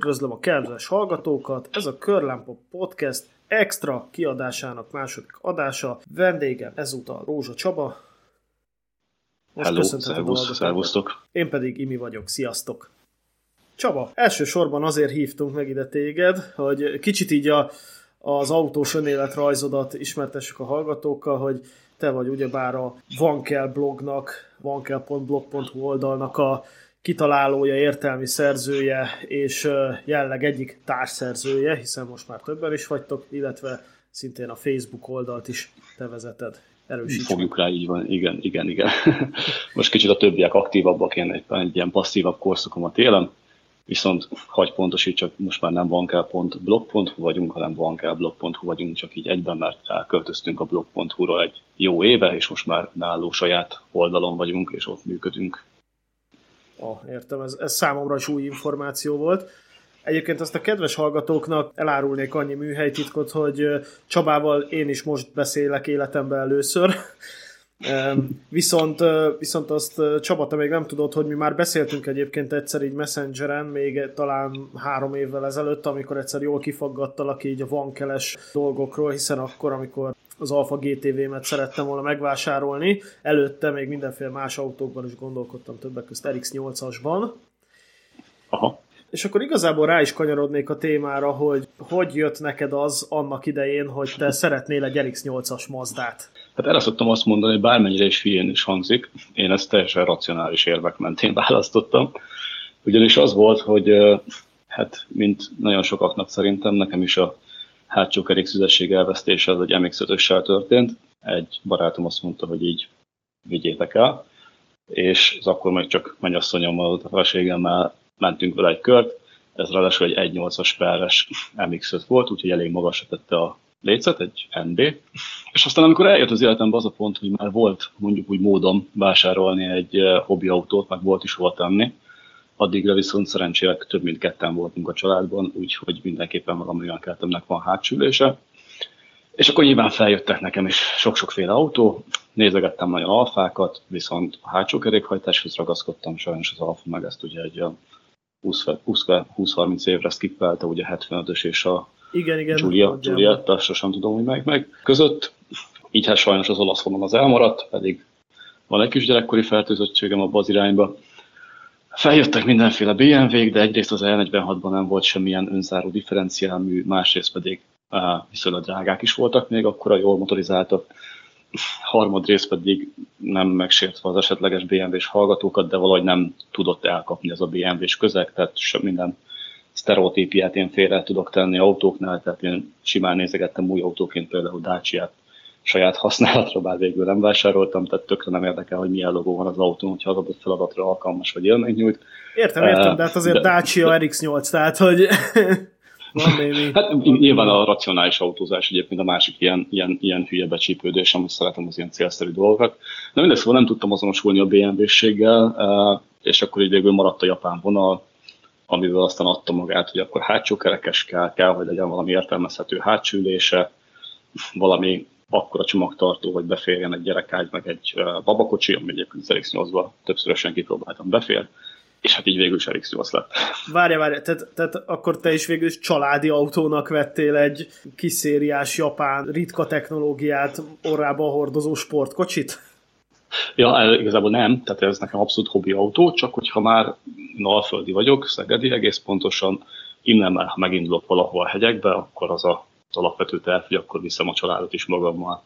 Üdvözlöm a kedves hallgatókat! Ez a Körlámpa Podcast extra kiadásának második adása. Vendégem ezúttal Rózsa Csaba. Hello, szervusztok! Én pedig Imi vagyok, sziasztok! Csaba, elsősorban azért hívtunk meg ide téged, hogy kicsit így az autós önéletrajzodat ismertessük a hallgatókkal, hogy te vagy ugyebár a Vankel blognak, vankel.blog.hu oldalnak a kitalálója, értelmi szerzője, és jelleg egyik társszerzője, hiszen most már többen is vagytok, illetve szintén a Facebook oldalt is te vezeted. Erősítsük. Fogjuk rá, így van, igen. Most kicsit a többiek aktívabbak, én egy ilyen passzívabb korszakomat élem, viszont hagy pontosítsak, most már nem vankel.blog.hu vagyunk, hanem vankelblog.hu vagyunk, csak így egyben, mert elköltöztünk a blog.hu-ról egy jó éve, és most már náló saját oldalon vagyunk, és ott működünk. Értem, ez számomra is új információ volt. Egyébként azt a kedves hallgatóknak elárulnék annyi műhelytitkot, hogy Csabával én is most beszélek életemben először. Viszont azt Csaba, te még nem tudod, hogy mi már beszéltünk egyébként egyszer így Messengeren, még talán 3 évvel ezelőtt, amikor egyszer jól kifaggattalak így a vankeles dolgokról, hiszen akkor, amikor az Alfa GTV-met szerettem volna megvásárolni, előtte még mindenféle más autókban is gondolkodtam, többek közt RX-8-asban. Aha. És akkor igazából rá is kanyarodnék a témára, hogy jött neked az annak idején, hogy te szeretnél egy RX-8-as Mazdát. Hát erre szoktam azt mondani, hogy bármennyire is hülyén is hangzik, én ezt teljesen racionális érvek mentén választottam. Ugyanis az volt, hogy hát mint nagyon sokaknak szerintem, nekem is a hátsó kerékszüzesség elvesztése az egy MX-5-össel történt. Egy barátom azt mondta, hogy így vigyétek el, és az akkor még csak mennyasszonyommal, a feleségemmel mentünk vele egy kört. Ez ráadásul egy 1.8-as perres MX-5 volt, úgyhogy elég magasra tette a lécet, egy NB. És aztán amikor eljött az életembe az a pont, hogy már volt mondjuk úgy módom vásárolni egy hobbi autót, meg volt is hova tenni, addigra viszont szerencsére több mint 2-en voltunk a családban, úgyhogy mindenképpen valami olyan keltemnek van hátsülése. És akkor nyilván feljöttek nekem is sok-sokféle autó, nézegettem nagyon alfákat, viszont a hátsó kerékhajtáshoz ragaszkodtam, sajnos az alfa meg ezt ugye egy 20-30 évre skippelte, ugye 75-ös és a igen, Giulietta, sosem tudom, hogy meg között. Így hát sajnos az olasz vonal az elmaradt, pedig van egy kis gyerekkori fertőzöttségem abba az irányba. Feljöttek mindenféle BMW-k, de egyrészt az E46-ban nem volt semmilyen önzáró differenciálmű, másrészt pedig viszonylag drágák is voltak még, akkora jól motorizáltak. Harmadrészt pedig nem megsértve az esetleges BMW-s hallgatókat, de valahogy nem tudott elkapni ez a BMW-s közeg, tehát minden sztereotípiát én félre tudok tenni autóknál, tehát én simán nézegettem új autóként például Dacia-t saját használatra, bár végül nem vásároltam, tehát tökre nem érdekel, hogy milyen logó van az autón, hogyha az adott feladatra alkalmas vagy élmény nyújt. Értem, de hát azért Dacia RX-8, tehát hogy van némi. Hát nyilván a racionális autózás egyébként a másik ilyen hülye becsípődés, amit szeretem az ilyen célszerű dolgokat. De mindegy, szóval nem tudtam azonosulni a BMW-sséggel, és akkor így végül maradt a japán vonal, amivel aztán adta magát, hogy akkor hátsó kerekes kell, hogy legyen valami értelmezhető hátsülése, valami akkora csomagtartó, hogy beférjen egy gyerekágy, meg egy babakocsi, ami egyébként az RX-8-ba többszörösen kipróbáltam, befér, és hát így végül is RX-8 lett. Várj, tehát akkor te is végül is családi autónak vettél egy kis szériás japán ritka technológiát orrába hordozó sportkocsit? Ja, igazából nem, tehát ez nekem abszolút hobbi autó, csak hogyha már alföldi vagyok, szegedi egész pontosan, innen már, ha megindulok valahol a hegyekbe, akkor az alapvető terv, hogy akkor viszem a családot is magammal,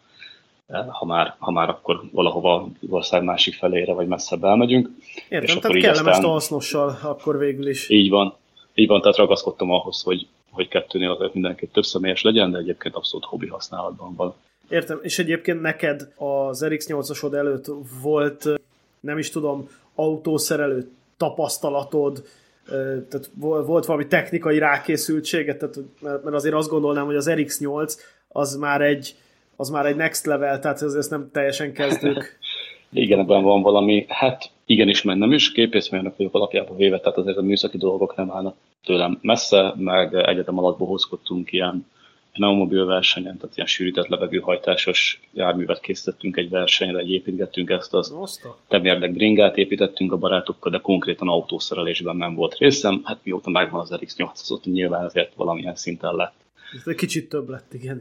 ha már akkor valahova ország másik felére, vagy messzebb elmegyünk. Értem, tehát kellemes hasznossal akkor végül is. Így van, tehát ragaszkodtam ahhoz, hogy kettőnél azért mindenképp több személyes legyen, de egyébként abszolút hobbi használatban van. Értem, és egyébként neked az RX-8-asod előtt volt, nem is tudom, autószerelő tapasztalatod, tehát volt valami technikai rákészültséget, tehát, mert azért azt gondolnám, hogy az RX-8 az már egy next level, tehát ezt nem teljesen kezdők. Igen, ebben van valami, hát igenis, meg nem is, gépészmérnök vagyok alapjában véve, tehát azért a műszaki dolgok nem állnak tőlem messze, meg egyetem alatt bohózkodtunk ilyen pneumobil versenyen, tehát ilyen sűrített levegőhajtásos járművet készítettünk egy versenyre, építgettünk ezt, temérdek bringát építettünk a barátokkal, de konkrétan autószerelésben nem volt részem. Hát mióta megvan az RX-800, nyilván azért valamilyen szinten lett. Ez egy kicsit több lett, igen.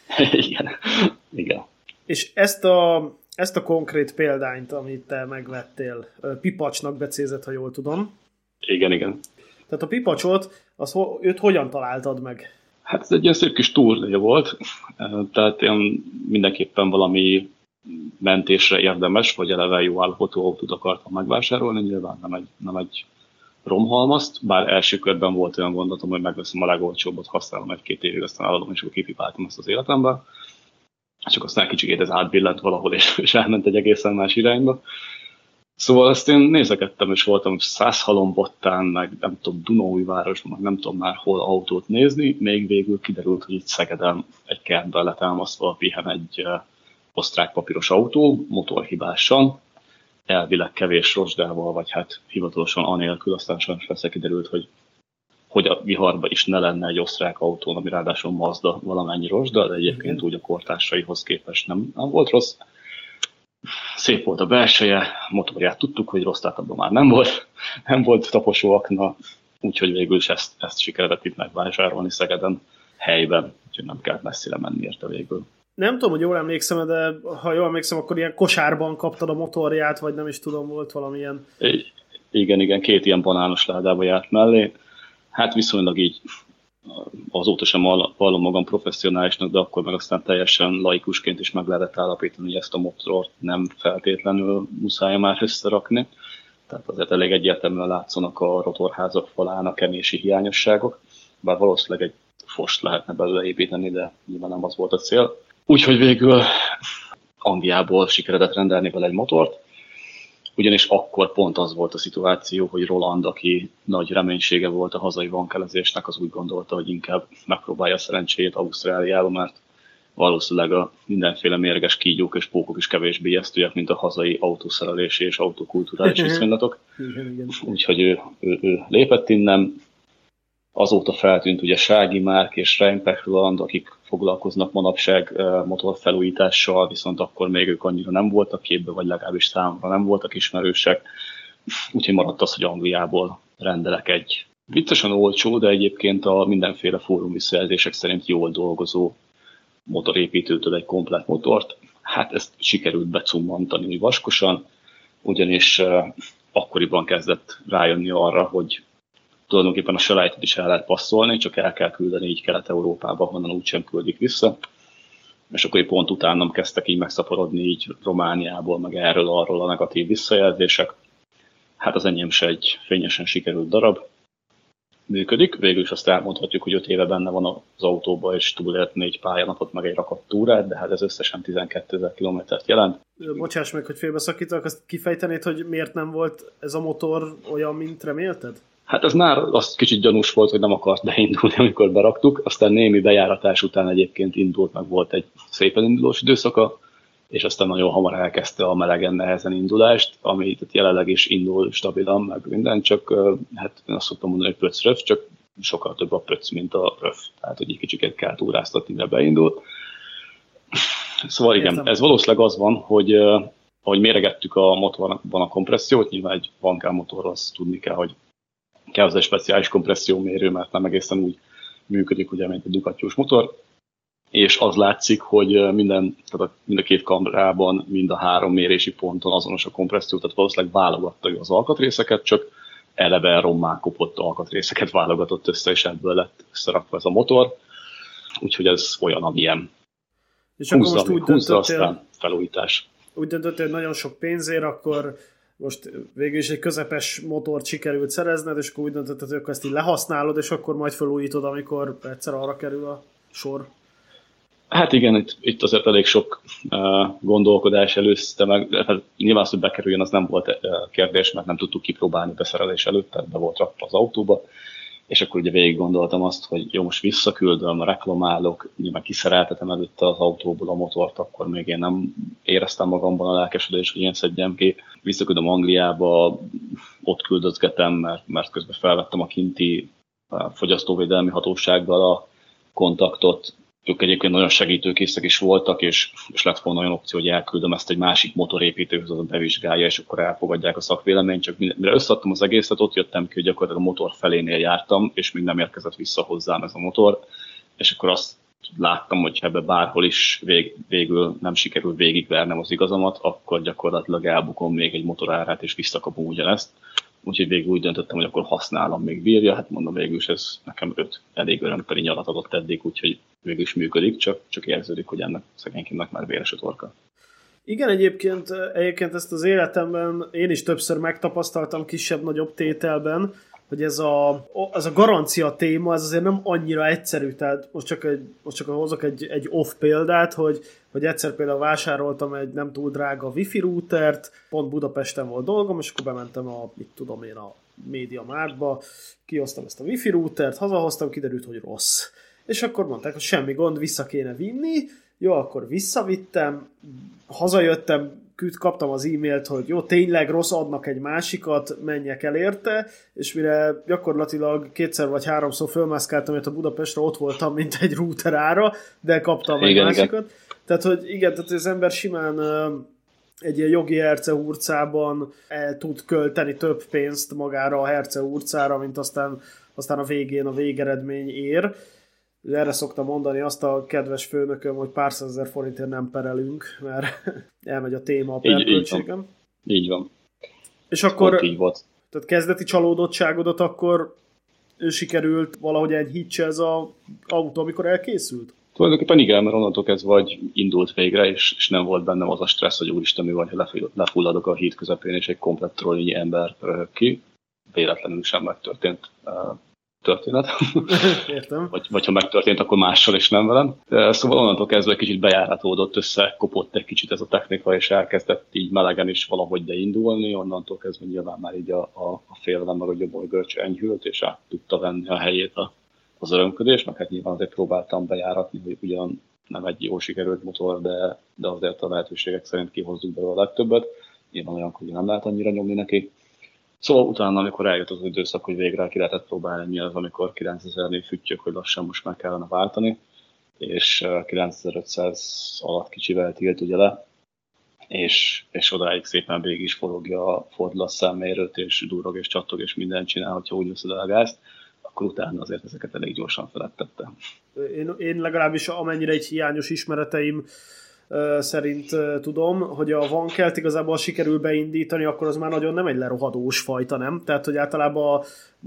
Igen. És ezt a konkrét példányt, amit te megvettél, Pipacsnak becézett, ha jól tudom. Igen. Tehát a Pipacsot, őt hogyan találtad meg? Hát ez egy ilyen szép kis túrja volt, tehát én mindenképpen valami mentésre érdemes, vagy eleve jó állapotú autót akartam megvásárolni, nyilván nem egy romhalmazt, bár első körben volt olyan gondolatom, hogy megveszem a legolcsóbbat, használom 1-2 évig, aztán eladom, és akkor kipipáltam ezt az életembe. Csak aztán kicsikét ez átbillent valahol, és elment egy egészen más irányba. Szóval ezt én nézegettem, és voltam Szászhalombattán, meg nem tudom, Dunaújvárosban, meg nem tudom már hol autót nézni, még végül kiderült, hogy itt Szegeden egy kertben letámasztva pihen egy osztrák papíros autó, motorhibásan, elvileg kevés rozsdával, vagy hát hivatalosan anélkül, aztán sajnos persze kiderült, hogy a viharban is ne lenne egy osztrák autón, ami ráadásul Mazda valamennyi rozsda, de egyébként úgy a kortársaihoz képest nem volt rossz. Szép volt a belseje, motorját tudtuk, hogy rossz, tehát abban már nem volt taposóakna, úgyhogy végül is ezt sikerült itt megvásárolni Szegeden helyben, úgyhogy nem kellett messzire menni érte végül. Nem tudom, hogy jól emlékszem, de ha jól emlékszem, akkor ilyen kosárban kaptad a motorját, vagy nem is tudom, volt valamilyen... Igen, 2 ilyen banános ládába járt mellé. Hát viszonylag így azóta sem vallom magam professzionálisnak, de akkor meg aztán teljesen laikusként is meg lehetett állapítani, hogy ezt a motort nem feltétlenül muszáj már összerakni. Tehát azért elég egyértelműen látszanak a rotorházak falán a kemési hiányosságok, bár valószínűleg egy fost lehetne belőle építeni, de nyilván nem az volt a cél. Úgyhogy végül Angliából sikeredett rendelni vele egy motort, ugyanis akkor pont az volt a szituáció, hogy Roland, aki nagy reménysége volt a hazai vankelezésnek, az úgy gondolta, hogy inkább megpróbálja a szerencséjét Ausztráliába, mert valószínűleg a mindenféle mérges kígyók és pókok is kevésbé ijesztőek, mint a hazai autószerelési és autókulturális viszonylatok. Úgyhogy ő lépett innen. Azóta feltűnt ugye Sági Márk és Reinpech Roland, akik foglalkoznak manapság motorfelújítással, viszont akkor még ők annyira nem voltak képbe, vagy legalábbis számomra nem voltak ismerősek. Úgyhogy maradt az, hogy Angliából rendelek egy viccesen olcsó, de egyébként a mindenféle fórum visszajelzések szerint jól dolgozó motorépítőtől egy komplett motort. Hát ezt sikerült becummantani úgy vaskosan, ugyanis akkoriban kezdett rájönni arra, hogy tulajdonképpen a selejtet is el lehet passzolni, csak el kell küldeni így Kelet-Európába, honnan úgysem küldik vissza. És akkor pont utánam kezdtek így megszaporodni így Romániából, meg erről-arról a negatív visszajelzések. Hát az enyém se egy fényesen sikerült darab. Működik, végül is azt elmondhatjuk, hogy 5 éve benne van az autóba, és túlélt 4 pályanapot, meg egy rakott túrát, de hát ez összesen 12 000 kilométert jelent. Bocsáss meg, hogy félbeszakítok, azt kifejtenéd, hogy miért nem volt ez a motor olyan, mint remélted? Hát ez már az kicsit gyanús volt, hogy nem akart beindulni, amikor beraktuk, aztán némi bejáratás után egyébként indult, meg volt egy szépen indulós időszaka, és aztán nagyon hamar elkezdte a melegen nehezen indulást, ami tehát jelenleg is indul stabilan, meg minden, csak hát én azt szoktam mondani, hogy pöc-röf, csak sokkal több a pöc, mint a röf. Tehát, hogy egy kicsiket kell túráztatni, mire beindul. Szóval igen, ez valószínűleg az van, hogy ahogy méregettük a motorban a kompressziót, nyilván egy vankál motorhoz tudni kell, hogy kell az egy speciális kompressziómérő, mert nem egészen úgy működik, ugye, mint egy Ducatiós motor, és az látszik, hogy mind a 2 kamrában, mind a 3 mérési ponton azonos a kompresszió, tehát valószínűleg válogatta az alkatrészeket, csak eleve rommá kopott alkatrészeket válogatott össze, és ebből lett összerakva ez a motor. Úgyhogy ez olyan, amilyen. És akkor most úgy döntöttél, aztán felújítás. Úgy döntöttél, hogy nagyon sok pénzért, akkor most végül is egy közepes motort sikerült szerezned, és akkor úgy döntötted, hogy ezt így lehasználod, és akkor majd felújítod, amikor egyszer arra kerül a sor. Hát igen, itt azért elég sok gondolkodás előzte meg. Hát nyilván az, hogy bekerüljön, az nem volt kérdés, mert nem tudtuk kipróbálni beszerelés előtt, tehát be volt rakva az autóba. És akkor ugye végig gondoltam azt, hogy jó, most visszaküldöm, reklamálok, nyilván kiszereltetem előtte az autóból a motort, akkor még én nem éreztem magamban a lelkesedést, hogy ilyen szedjem ki. Visszaküldöm Angliába, ott küldözgetem, mert közben felvettem a kinti fogyasztóvédelmi hatósággal a kontaktot, Ők egyébként nagyon segítőkészek is voltak, és lett volna olyan opció, hogy elküldöm ezt egy másik motorépítőhöz, az bevizsgálja, és akkor elfogadják a szakvéleményt. Csak mire összeadtam az egészet, ott jöttem ki, hogy gyakorlatilag a motor felénél jártam, és még nem érkezett vissza hozzám ez a motor. És akkor azt láttam, hogy ebbe bárhol is végül nem sikerül végigvernem az igazamat, akkor gyakorlatilag elbukom még egy motorárát, és visszakapom ugyanezt. Úgyhogy végül úgy döntöttem, hogy akkor használom, még bírja. Hát mondom, végül is ez nekem 5 elég örömteli nyarat adott eddig, úgyhogy végül is működik, csak érződik, hogy ennek szegénykének már véres a torka. Igen, egyébként ezt az életemben én is többször megtapasztaltam kisebb-nagyobb tételben, hogy ez a garancia téma, ez azért nem annyira egyszerű, tehát most csak hozok egy off példát, hogy egyszer például vásároltam egy nem túl drága wifi routert, pont Budapesten volt dolgom, és akkor bementem a Média Marktba, kihoztam ezt a wifi routert, hazahoztam, kiderült, hogy rossz. És akkor mondták, hogy semmi gond, vissza kéne vinni, jó, akkor visszavittem, hazajöttem, kaptam az e-mailt, hogy jó, tényleg rossz, adnak egy másikat, menjek el érte, és mire gyakorlatilag 2 vagy 3-szor fölmászkáltam, hogy a Budapestre ott voltam, mint egy router ára, de kaptam egy másikat. Igen. Tehát, hogy igen, tehát az ember simán egy ilyen jogi hercehurcában el tud költeni több pénzt magára a hercehurcára, mint aztán a végén a végeredmény ér. Erre szoktam mondani azt a kedves főnököm, hogy pár százezer forintért nem perelünk, mert elmegy a téma a perköltségem. Így van. És akkor, így volt. Tehát kezdeti csalódottságodat akkor sikerült valahogy enyhítse ez az autó, amikor elkészült? Tulajdonképpen igen, mert onnantól kezdve vagy indult végre, és nem volt bennem az a stressz, hogy úristen, mi van, hogy lefulladok a híd közepén, és egy komplett trollnyi ember ki. Véletlenül sem megtörtént történet. Értem. Vagy ha megtörtént, akkor mással és nem velem. Szóval onnantól kezdve egy kicsit bejáratódott, összekopott egy kicsit ez a technika, és elkezdett így melegen is valahogy indulni. Onnantól kezdve nyilván már így a félelem meg a gyomorgörcs enyhült, és át tudta venni a helyét az örömködés, meg hát nyilván azért próbáltam bejáratni, hogy ugyan nem egy jól sikerült motor, de azért a lehetőségek szerint kihozzuk belőle a legtöbbet. Nyilván olyan, hogy nem lehet annyira nyomni neki. Szóval utána, amikor eljött az időszak, hogy végre ki lehetett próbálni, mi az, amikor 9000-nél füttyök, hogy lassan most meg kellene váltani, és 9500 alatt kicsivel tilt ugye le, és odáig szépen végig is fordul a szemmérőt, és durog és csattog, és mindent csinál, hogyha úgy veszed el a gázt, akkor utána azért ezeket elég gyorsan felettette. Én legalábbis amennyire egy hiányos ismereteim szerint tudom, hogy a vankelt igazából sikerül beindítani, akkor az már nagyon nem egy lerohadós fajta, nem? Tehát, hogy általában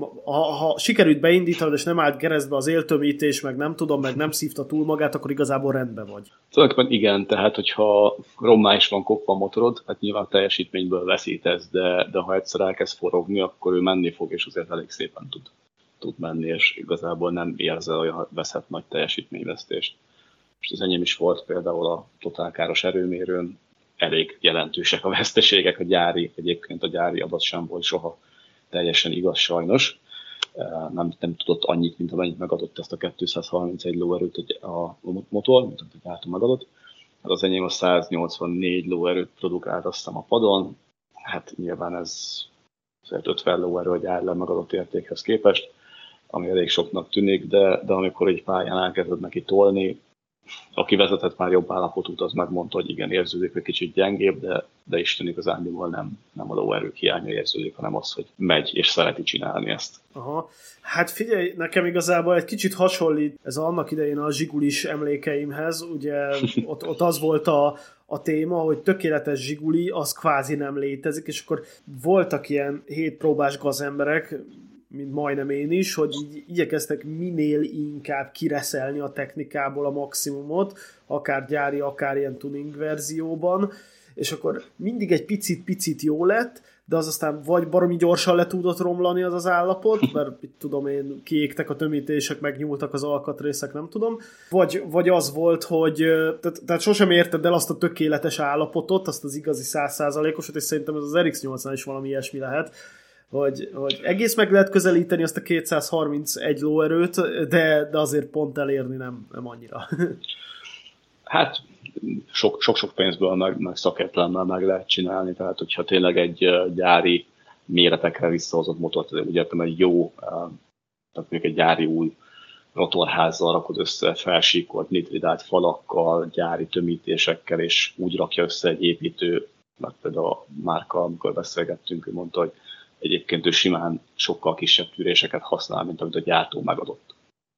ha sikerült beindítani, és nem állt keresztbe az éltömítés, meg nem tudom, meg nem szívta túl magát, akkor igazából rendben vagy. Tulajdonképpen igen, tehát hogyha rommá is van kopva a motorod, hát nyilván teljesítményből veszítesz, de ha egyszer elkezd forogni, akkor ő menni fog, és azért elég szépen tud menni, és igazából nem érzel olyan veszett nagy teljesítményvesztést. Most az enyém is volt például a totálkáros erőmérőn, elég jelentősek a veszteségek, egyébként a gyári adat sem volt soha teljesen igaz sajnos. Nem tudott annyit, mint amennyit megadott ezt a 231 lóerőt a motor, mint amit a gyártó megadott. Hát az enyém a 184 lóerőt produkált, azt hiszem a padon, hát nyilván ez 50 lóerő a gyárle megadott értékhez képest, ami elég soknak tűnik, de amikor egy pályán elkezded neki tolni, aki vezetett már jobb állapotút, az megmondta, hogy igen, érződik, hogy kicsit gyengébb, de Isten igazándiból nem a lóerők hiánya érződik, hanem az, hogy megy és szereti csinálni ezt. Aha. Hát figyelj, nekem igazából egy kicsit hasonlít ez annak idején a zsigulis emlékeimhez, ugye ott az volt a téma, hogy tökéletes zsiguli, az kvázi nem létezik, és akkor voltak ilyen 7 próbás gazemberek, mint majdnem én is, hogy így igyekeztek minél inkább kireszelni a technikából a maximumot, akár gyári, akár ilyen tuning verzióban, és akkor mindig egy picit jó lett, de az aztán vagy baromi gyorsan le tudott romlani az állapot, mert mit tudom én, kiégtek a tömítések, megnyúltak az alkatrészek, nem tudom, vagy az volt, hogy tehát sosem érted el azt a tökéletes állapotot, azt az igazi 100%-osat, és szerintem ez az RX-8-nál is valami ilyesmi lehet, hogy egész meg lehet közelíteni azt a 231 lóerőt, de azért pont elérni nem annyira. Hát sok pénzből, meg szakértelemmel meg lehet csinálni, tehát hogyha tényleg egy gyári méretekre visszahozott motort, azért úgy értem, egy jó, tehát mondjuk egy gyári új rotorházzal rakod össze, felsíkolt nitridált falakkal, gyári tömítésekkel, és úgy rakja össze egy építő, mert például a Márka, amikor beszélgettünk, ő mondta, hogy egyébként ő simán sokkal kisebb tűréseket használ, mint amit a gyártó megadott.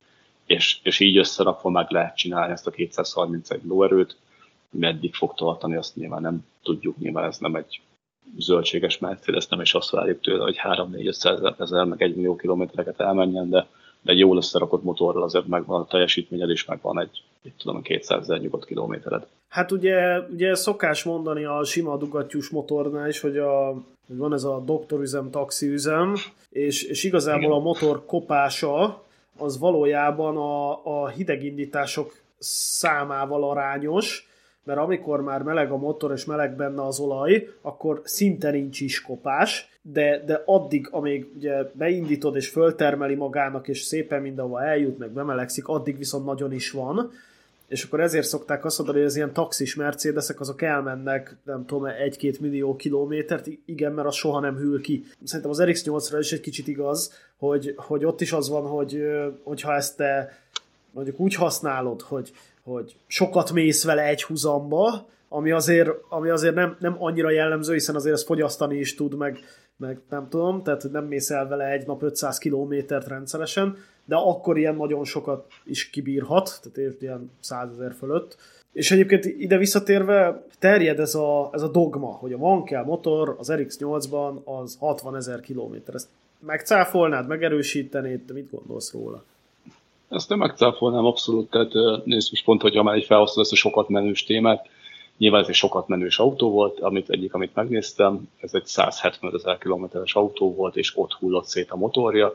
És így összerakva meg lehet csinálni ezt a 231 lóerőt, meddig fog tartani, azt nyilván nem tudjuk, nyilván ez nem egy zöldséges Mercedes, nem is azt várjuk tőle, hogy 300-400 ezer, meg 1 millió kilométereket elmenjen, de egy jól összerakott motorral azért megvan a teljesítményed, és megvan egy 200 000 nyugodt kilométered. Hát ugye szokás mondani a sima dugattyús motornál is, hogy van ez a doktorüzem, taxiüzem, és igazából igen, a motor kopása az valójában a hidegindítások számával arányos, mert amikor már meleg a motor és meleg benne az olaj, akkor szinte nincs is kopás, de addig, amíg ugye beindítod és föltermeli magának, és szépen mindenhova eljut, meg bemelegszik, addig viszont nagyon is van. És akkor ezért szokták azt mondani, hogy az ilyen taxis Mercedesek azok elmennek, nem tudom, 1-2 millió kilométert, igen, mert az soha nem hűl ki. Szerintem az RX-8-ra is egy kicsit igaz, hogy ott is az van, hogyha ezt te mondjuk úgy használod, hogy sokat mész vele egy huzamba, ami azért nem annyira jellemző, hiszen azért ezt fogyasztani is tud, meg nem tudom, tehát nem mész el vele egy nap 500 kilométert rendszeresen, de akkor ilyen nagyon sokat is kibírhat, tehát ilyen 100 000 fölött. És egyébként ide visszatérve terjed ez a dogma, hogy a Wankel motor az RX-8-ban az 60 000 kilométer. Ezt megcáfolnád, megerősítenéd, te mit gondolsz róla? Ezt nem megcáfolnám abszolút, tehát nézd most pont, hogy ha már így felhoztad ezt a sokat menős témát, nyilván ez egy sokat menős autó volt, amit megnéztem, ez egy 170 000 kilométeres autó volt, és ott hullott szét a motorja.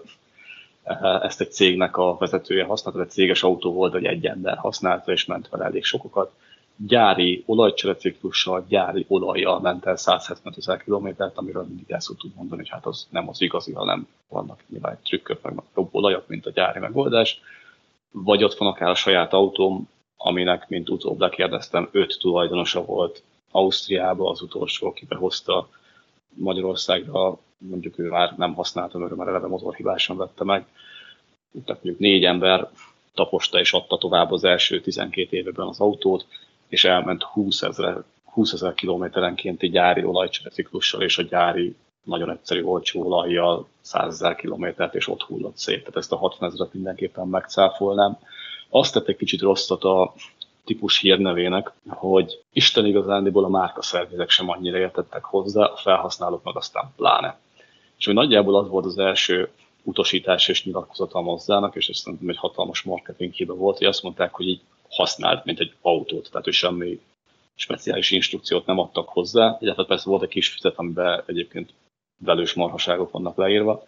Ezt egy cégnek a vezetője használta, egy céges autó volt, hogy egy ember használta, és ment vele elég sokokat. Gyári olajcsereciklussal, gyári olajjal ment el 170 000 kilométert, amiről mindig el szoktuk mondani, hogy hát az nem az igazi, hanem vannak nyilván trükkök, meg jobb olajak, mint a gyári megoldás. Vagy ott van akár a saját autóm, aminek, mint utóbb lekérdeztem, 5 tulajdonosa volt Ausztriába, az utolsó, aki behozta Magyarországra, mondjuk ő már nem használta, mert már eleve motorhibásan vette meg. Tehát mondjuk 4 ember taposta és adta tovább az első 12 évben az autót, és elment 20 000 kilométerenkénti gyári olajcsereciklussal és a gyári nagyon egyszerű olcsó olajjal 100 000 kilométert, és ott hullott szét. Tehát ezt a 60 000-et mindenképpen megcáfolnám. Azt tett egy kicsit rosszat a típus hírnevének, hogy Isten igazándiból a márkaszervizek sem annyira értettek hozzá, a felhasználók meg aztán pláne. És hogy nagyjából az volt az első utasítás és nyilatkozata a Mazdának, és ez szerintem egy hatalmas marketing hiba volt, hogy azt mondták, hogy így használd, mint egy autót, tehát hogy semmi speciális instrukciót nem adtak hozzá. Illetve persze volt egy kis füzet, amiben egyébként velős marhaságok vannak leírva,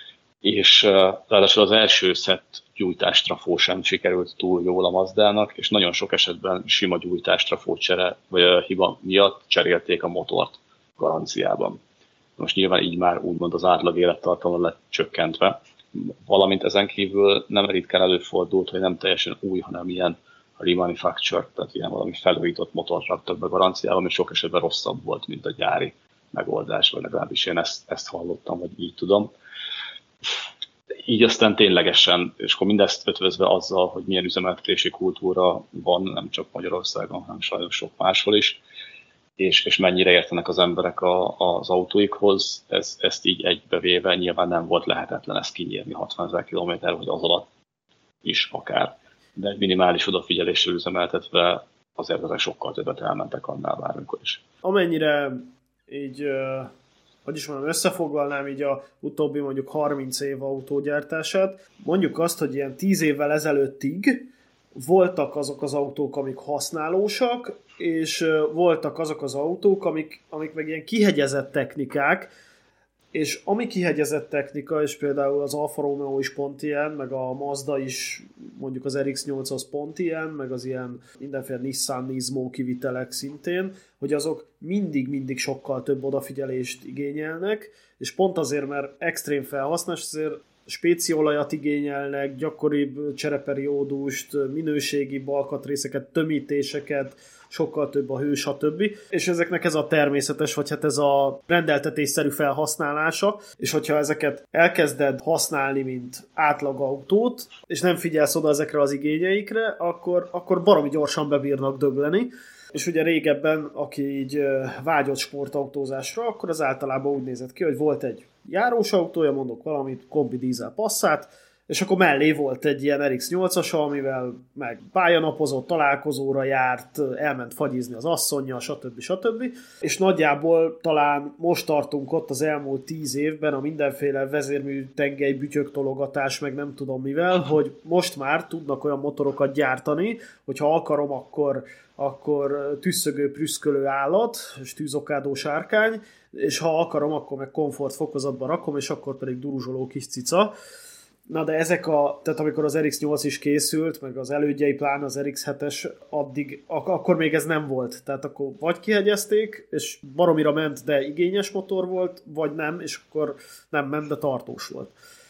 és ráadásul az első szett gyújtástrafó sem sikerült túl jól a Mazdának, és nagyon sok esetben sima gyújtástrafó vagy hiba miatt cserélték a motort garanciában. Most nyilván így már úgymond az átlag élettartalma lett csökkentve, valamint ezen kívül nem ritkán előfordult, hogy nem teljesen új, hanem ilyen remanufactured, tehát ilyen valami felújított motort raktak be garanciában, és sok esetben rosszabb volt, mint a gyári megoldás, vagy legalábbis én ezt hallottam, vagy így tudom. Így aztán ténylegesen, és akkor mindezt ötvözve azzal, hogy milyen üzemeltetési kultúra van, nem csak Magyarországon, hanem sajnos sok máshol is, és mennyire értenek az emberek az autóikhoz, ezt így egybevéve nyilván nem volt lehetetlen ezt kinyírni 60 000 kilométer, vagy az alatt is akár. De egy minimális odafigyeléssel üzemeltetve azért ezek sokkal többet elmentek annál bármikor is. Amennyire így, hogy is mondom, összefoglalnám így a utóbbi mondjuk 30 év autógyártását, mondjuk azt, hogy ilyen 10 évvel ezelőttig voltak azok az autók, amik használósak, és voltak azok az autók, amik meg ilyen kihegyezett technikák, és ami kihegyezett technika, és például az Alfa Romeo is pont ilyen, meg a Mazda is, mondjuk az RX-8 az pont ilyen, meg az ilyen mindenféle Nissan Nismo kivitelek szintén, hogy azok mindig sokkal több odafigyelést igényelnek, és pont azért, mert extrém felhasználás, azért spéciolajat igényelnek, gyakoribb csereperiódust, minőségi alkatrészeket, tömítéseket, sokkal több a hő, stb. És ezeknek ez a természetes, vagy hát ez a rendeltetésszerű felhasználása, és hogyha ezeket elkezded használni, mint átlagautót, és nem figyelsz oda ezekre az igényeikre, akkor baromi gyorsan bebírnak dögleni. És ugye régebben, aki így vágyott sportautózásra, akkor az általában úgy nézett ki, hogy volt egy járós autója, mondok valamit, kombi dízel Passat, és akkor mellé volt egy ilyen RX-8-as, amivel meg pályanapozott, találkozóra járt, elment fagyizni az asszonnyal, stb. És nagyjából talán most tartunk ott az elmúlt 10 évben a mindenféle vezérmű tengely bütyöktologatás, meg nem tudom mivel, hogy most már tudnak olyan motorokat gyártani, hogyha akarom, akkor tüsszögő, prüszkölő állat, és tűzokádó sárkány, és ha akarom, akkor meg komfort fokozatban rakom, és akkor pedig duruzsoló kis cica. Na de tehát amikor az RX-8 is készült, meg az elődjei pláne az RX-7-es, akkor még ez nem volt. Tehát akkor vagy kihegyezték, és baromira ment, de igényes motor volt, vagy nem, és akkor nem ment, de tartós volt.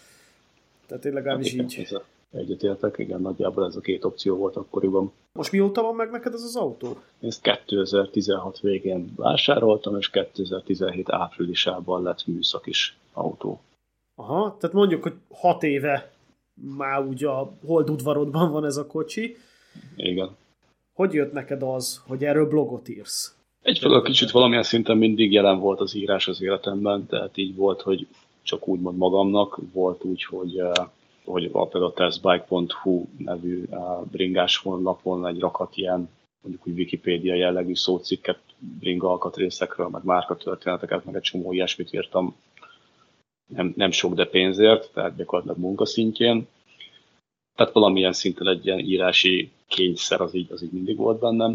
Tehát én legalábbis így. Egyetértek, igen, nagyjából ez a két opció volt akkoriban. Most mióta van meg neked ez az autó? Ezt 2016 végén vásároltam, és 2017 áprilisában lett műszakis autó. Aha, tehát mondjuk, hogy 6 éve már úgy a holdudvarodban van ez a kocsi. Igen. Hogy jött neked az, hogy erről blogot írsz? Egyfelől kicsit valamilyen szinten mindig jelen volt az írás az életemben, tehát így volt, hogy csak úgymond magamnak, volt úgy, hogy például a testbike.hu nevű bringás honlapon egy rakat ilyen, mondjuk úgy Wikipédia jellegű szócikket bringa alkatrészekről, meg márkatörténeteket, meg egy csomó ilyesmit írtam, nem sok, de pénzért, tehát gyakorlatilag munkaszintjén. Tehát valamilyen szinten egy ilyen írási kényszer az így mindig volt bennem.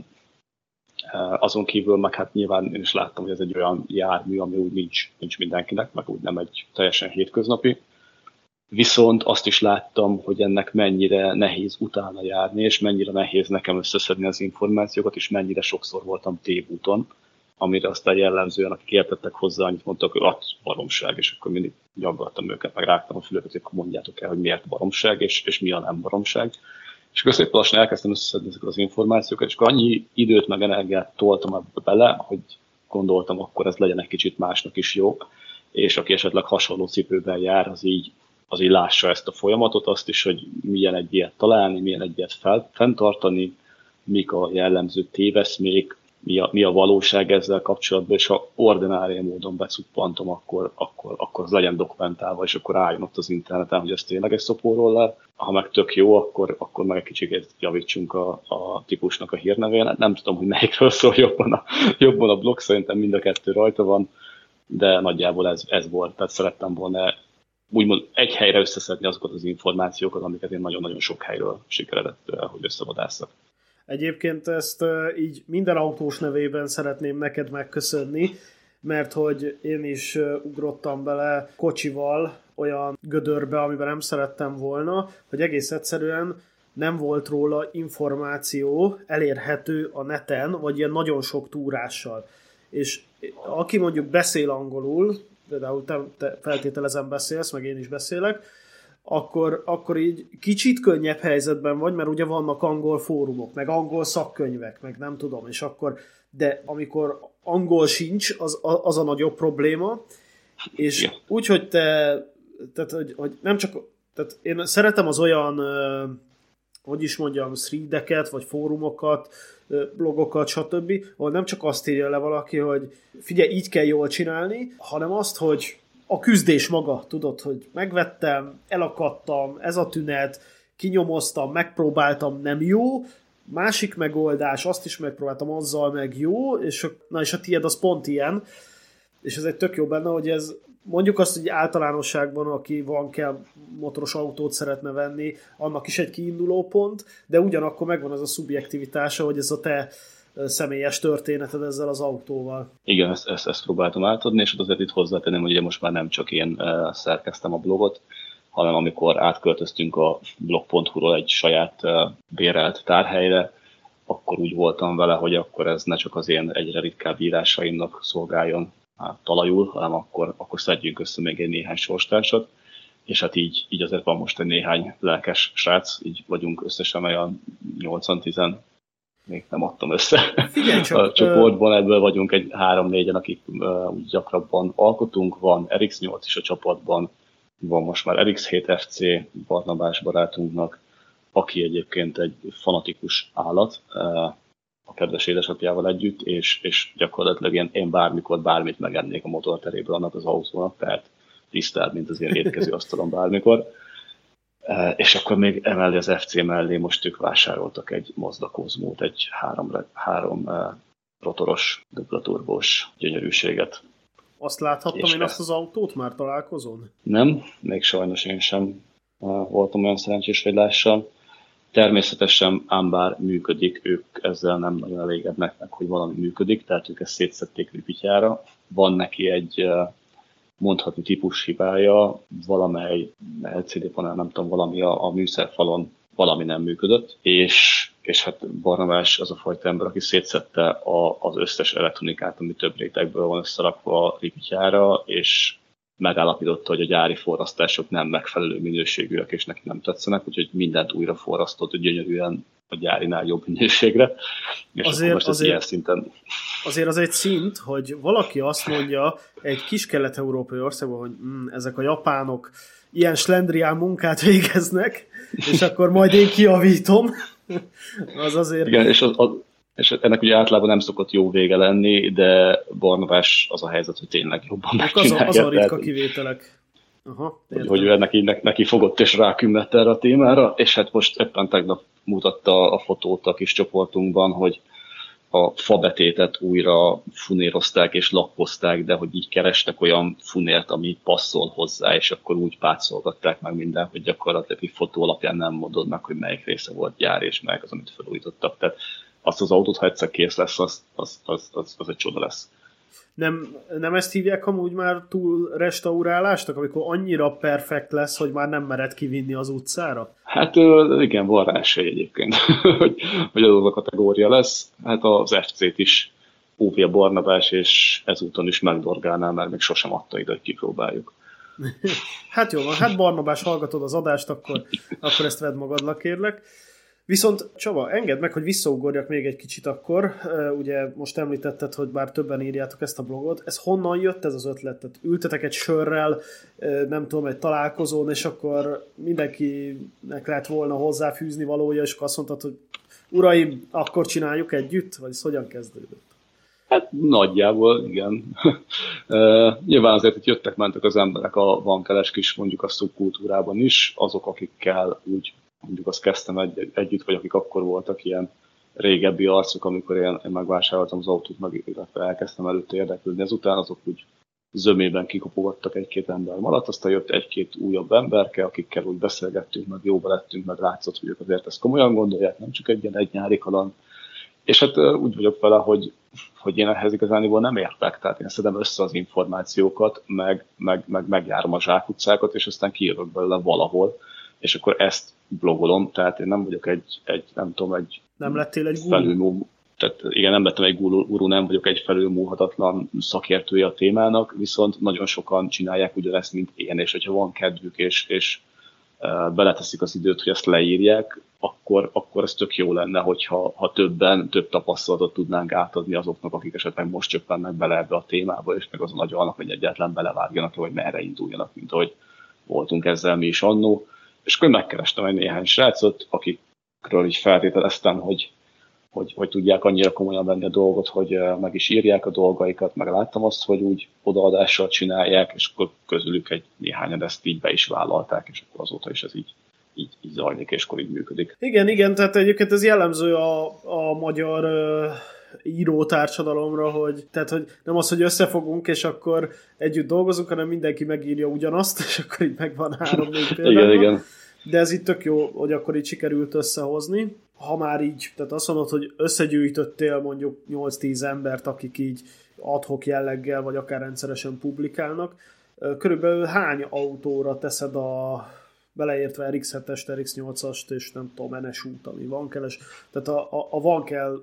Azon kívül meg hát nyilván én is láttam, hogy ez egy olyan jármű, ami úgy nincs mindenkinek, meg úgy nem egy teljesen hétköznapi. Viszont azt is láttam, hogy ennek mennyire nehéz utána járni, és mennyire nehéz nekem összeszedni az információkat, és mennyire sokszor voltam tévúton, amire aztán jellemzően, akik értettek hozzá, annyit mondtak, hogy baromság, és akkor mindig nyaggattam őket, meg rágtam a fülöket, hogy akkor mondjátok el, hogy miért baromság, és mi a nem baromság. És akkor szépen lassan elkezdtem összeszedni ezeket az információkat, és akkor annyi időt meg energiát toltam ebbe bele, hogy gondoltam, akkor ez legyen egy kicsit másnak is jó, és aki esetleg hasonló cipőben jár, az így lássa ezt a folyamatot, azt is, hogy milyen egy ilyet találni, milyen egy ilyet fenntartani, mik a jellemző téveszmék, mi a valóság ezzel kapcsolatban, és ha ordinári módon becuppantom, akkor az legyen dokumentálva, és akkor álljon ott az interneten, hogy ez tényleg egy szopóroller. Ha meg tök jó, akkor meg egy kicsit javítsunk a típusnak a hírnevén. Nem tudom, hogy melyikről szól jobban a blog, szerintem mind a kettő rajta van, de nagyjából ez volt. Tehát szerettem volna úgymond egy helyre összeszedni azokat az információkat, amiket én nagyon-nagyon sok helyről sikeredett, hogy összevadásszak. Egyébként ezt így minden autós nevében szeretném neked megköszönni, mert hogy én is ugrottam bele kocsival olyan gödörbe, amiben nem szerettem volna, hogy egész egyszerűen nem volt róla információ elérhető a neten, vagy ilyen nagyon sok túrással. És aki mondjuk beszél angolul, például te feltételezem beszélsz, meg én is beszélek, akkor így kicsit könnyebb helyzetben vagy, mert ugye vannak angol fórumok, meg angol szakkönyvek, meg nem tudom, és akkor, de amikor angol sincs, az a nagyobb probléma, és úgy, hogy tehát, hogy nem csak, tehát én szeretem az olyan, hogy is mondjam, threadeket, vagy fórumokat, blogokat, stb., ahol nem csak azt írja le valaki, hogy figyelj, így kell jól csinálni, hanem azt, hogy a küzdés maga, tudod, hogy megvettem, elakadtam, ez a tünet, kinyomoztam, megpróbáltam, nem jó, másik megoldás, azt is megpróbáltam, azzal meg jó, és a tiéd az pont ilyen, és ez egy tök jó benne, hogy ez mondjuk azt, hogy általánosságban, aki kell motoros autót szeretne venni, annak is egy kiinduló pont, de ugyanakkor megvan az a szubjektivitása, hogy ez a te személyes történeted ezzel az autóval. Igen, ezt próbáltam átadni, és azért itt hozzátenném, hogy ugye most már nem csak én szerkeztem a blogot, hanem amikor átköltöztünk a blog.hu-ról egy saját bérelt tárhelyre, akkor úgy voltam vele, hogy akkor ez ne csak az én egyre ritkább írásaimnak szolgáljon talajul, hanem akkor szedjünk össze még egy néhány sorstársat. és hát így azért van most egy néhány lelkes srác, így vagyunk összesen olyan 80-10, még nem adtam össze. Figyelj csak, A csoportban ebből vagyunk egy 3-4-en, akik úgy gyakrabban alkotunk, van RX8 is a csapatban, van most már RX7 FC Barnabás barátunknak, aki egyébként egy fanatikus állat, a kedves édesapjával együtt, és gyakorlatilag én bármikor bármit megennék a motorteréből annak az autónak, tehát tisztább, mint az én étkező asztalon bármikor. És akkor még emellé az FC mellé most ők vásároltak egy Mazda Cosmót, egy három rotoros, dupla-turbós gyönyörűséget. Azt láthattam én azt az autót már találkozón? Nem, még sajnos én sem voltam olyan szerencsés, hogy lássam. Természetesen ám bár működik, ők ezzel nem nagyon elégednek meg, hogy valami működik, tehát ők ezt szétszették ripityára. Van neki egy mondhatni típus hibája, valamely LCD panel, nem tudom, valami a műszerfalon valami nem működött, és hát Barnabás az a fajta ember, aki szétszette az összes elektronikát, ami több rétegből van összerakva a ripityára, és megállapította, hogy a gyári forrasztások nem megfelelő minőségűek, és neki nem tetszenek, úgyhogy mindent újra forrasztott gyönyörűen a gyárinál jobb minőségre. És azért, most ez ilyen szinten... Azért az egy szint, hogy valaki azt mondja egy kis kelet-európai országban, hogy ezek a japánok ilyen slendrián munkát végeznek, és akkor majd én kijavítom. Az azért... Igen, és ennek ugye általában nem szokott jó vége lenni, de Barnabás az a helyzet, hogy tényleg jobban megcsinálja. Az a ritka kivételek. Aha, hogy ő neki fogott és rákümmett erre a témára, és hát most éppen tegnap mutatta a fotót a kis csoportunkban, hogy a fabetétet újra funérozták és lappozták, de hogy így kerestek olyan funért, ami passzol hozzá, és akkor úgy pátszolgatták meg minden, hogy gyakorlatilag egy fotó alapján nem mondod meg, hogy melyik része volt gyár, és melyik az, amit felújítottak. Tehát azt az autót, ha egyszer kész lesz, az egy csoda lesz. Nem ezt hívják amúgy már túl restaurálásnak, amikor annyira perfekt lesz, hogy már nem mered kivinni az utcára? Hát igen, van rá esély egyébként, hogy az a kategória lesz. Hát az FC-t is óvja Barnabás, és ezúton is megdorgálná, mert még sosem adta ide, hogy kipróbáljuk. Hát jó van, hát Barnabás, hallgatod az adást, akkor ezt vedd magadnak, kérlek. Viszont Csaba, engedd meg, hogy visszaugorjak még egy kicsit akkor. Ugye most említetted, hogy bár többen írjátok ezt a blogot. Ez honnan jött ez az ötlet? Tehát ültetek egy sörrel, nem tudom, egy találkozón, és akkor mindenkinek lehet volna hozzáfűzni valója, és akkor azt mondtad, hogy uraim, akkor csináljuk együtt? Vagy ez hogyan kezdődött? Hát nagyjából, igen. Nyilván azért itt jöttek-mentek az emberek a vankeles kis, mondjuk a szubkultúrában is, azok, akikkel úgy mondjuk azt kezdtem együtt, vagy akik akkor voltak ilyen régebbi arcok, amikor én megvásároltam az autót, meg illetve elkezdtem előtte érdeklődni. Ezután azok úgy zömében kikopogattak egy-két ember alatt, aztán jött egy-két újabb emberke, akikkel úgy beszélgettünk, meg jóba lettünk, meg látszott, hogy ők azért ezt komolyan gondolják, nem csak egy nyári kaland. És hát úgy vagyok vele, hogy én ehhez igazániból nem értek, tehát én szedem össze az információkat, meg megjárom a zsákutcákat, és aztán kijövök belőle valahol, és akkor ezt blogolom, tehát én nem vagyok nem lettél egy guru? Tehát igen, nem lettem egy guru, nem vagyok egy felülmúlhatatlan szakértője a témának, viszont nagyon sokan csinálják ugyanezt, mint én, és hogyha van kedvük, és beleteszik az időt, hogy ezt leírják, akkor ez tök jó lenne, hogyha több tapasztalatot tudnánk átadni azoknak, akik esetleg most csöppennek bele ebbe a témába, és meg azon agyalnak, hogy egyáltalán belevágjanak, vagy merre induljanak, mint ahogy voltunk ezzel mi is annó. És akkor megkerestem egy néhány srácot, akikről így feltételeztem, hogy tudják annyira komolyan venni a dolgot, hogy meg is írják a dolgaikat, meg láttam azt, hogy úgy odaadással csinálják, és akkor közülük egy néhányan ezt így be is vállalták, és akkor azóta is ez így zajlik, és akkor így működik. Igen, tehát egyébként ez jellemző a magyar író társadalomra, hogy nem az, hogy összefogunk, és akkor együtt dolgozunk, hanem mindenki megírja ugyanazt, és akkor így megvan 3-4 például. Igen. De ez itt tök jó, hogy akkor így sikerült összehozni. Ha már így, tehát azt mondod, hogy összegyűjtöttél mondjuk 8-10 embert, akik így ad-hoc jelleggel, vagy akár rendszeresen publikálnak, körülbelül hány autóra teszed beleértve RX7-est, RX8-ast, és nem tudom, NSU-t, ami vankeles. Tehát a vankel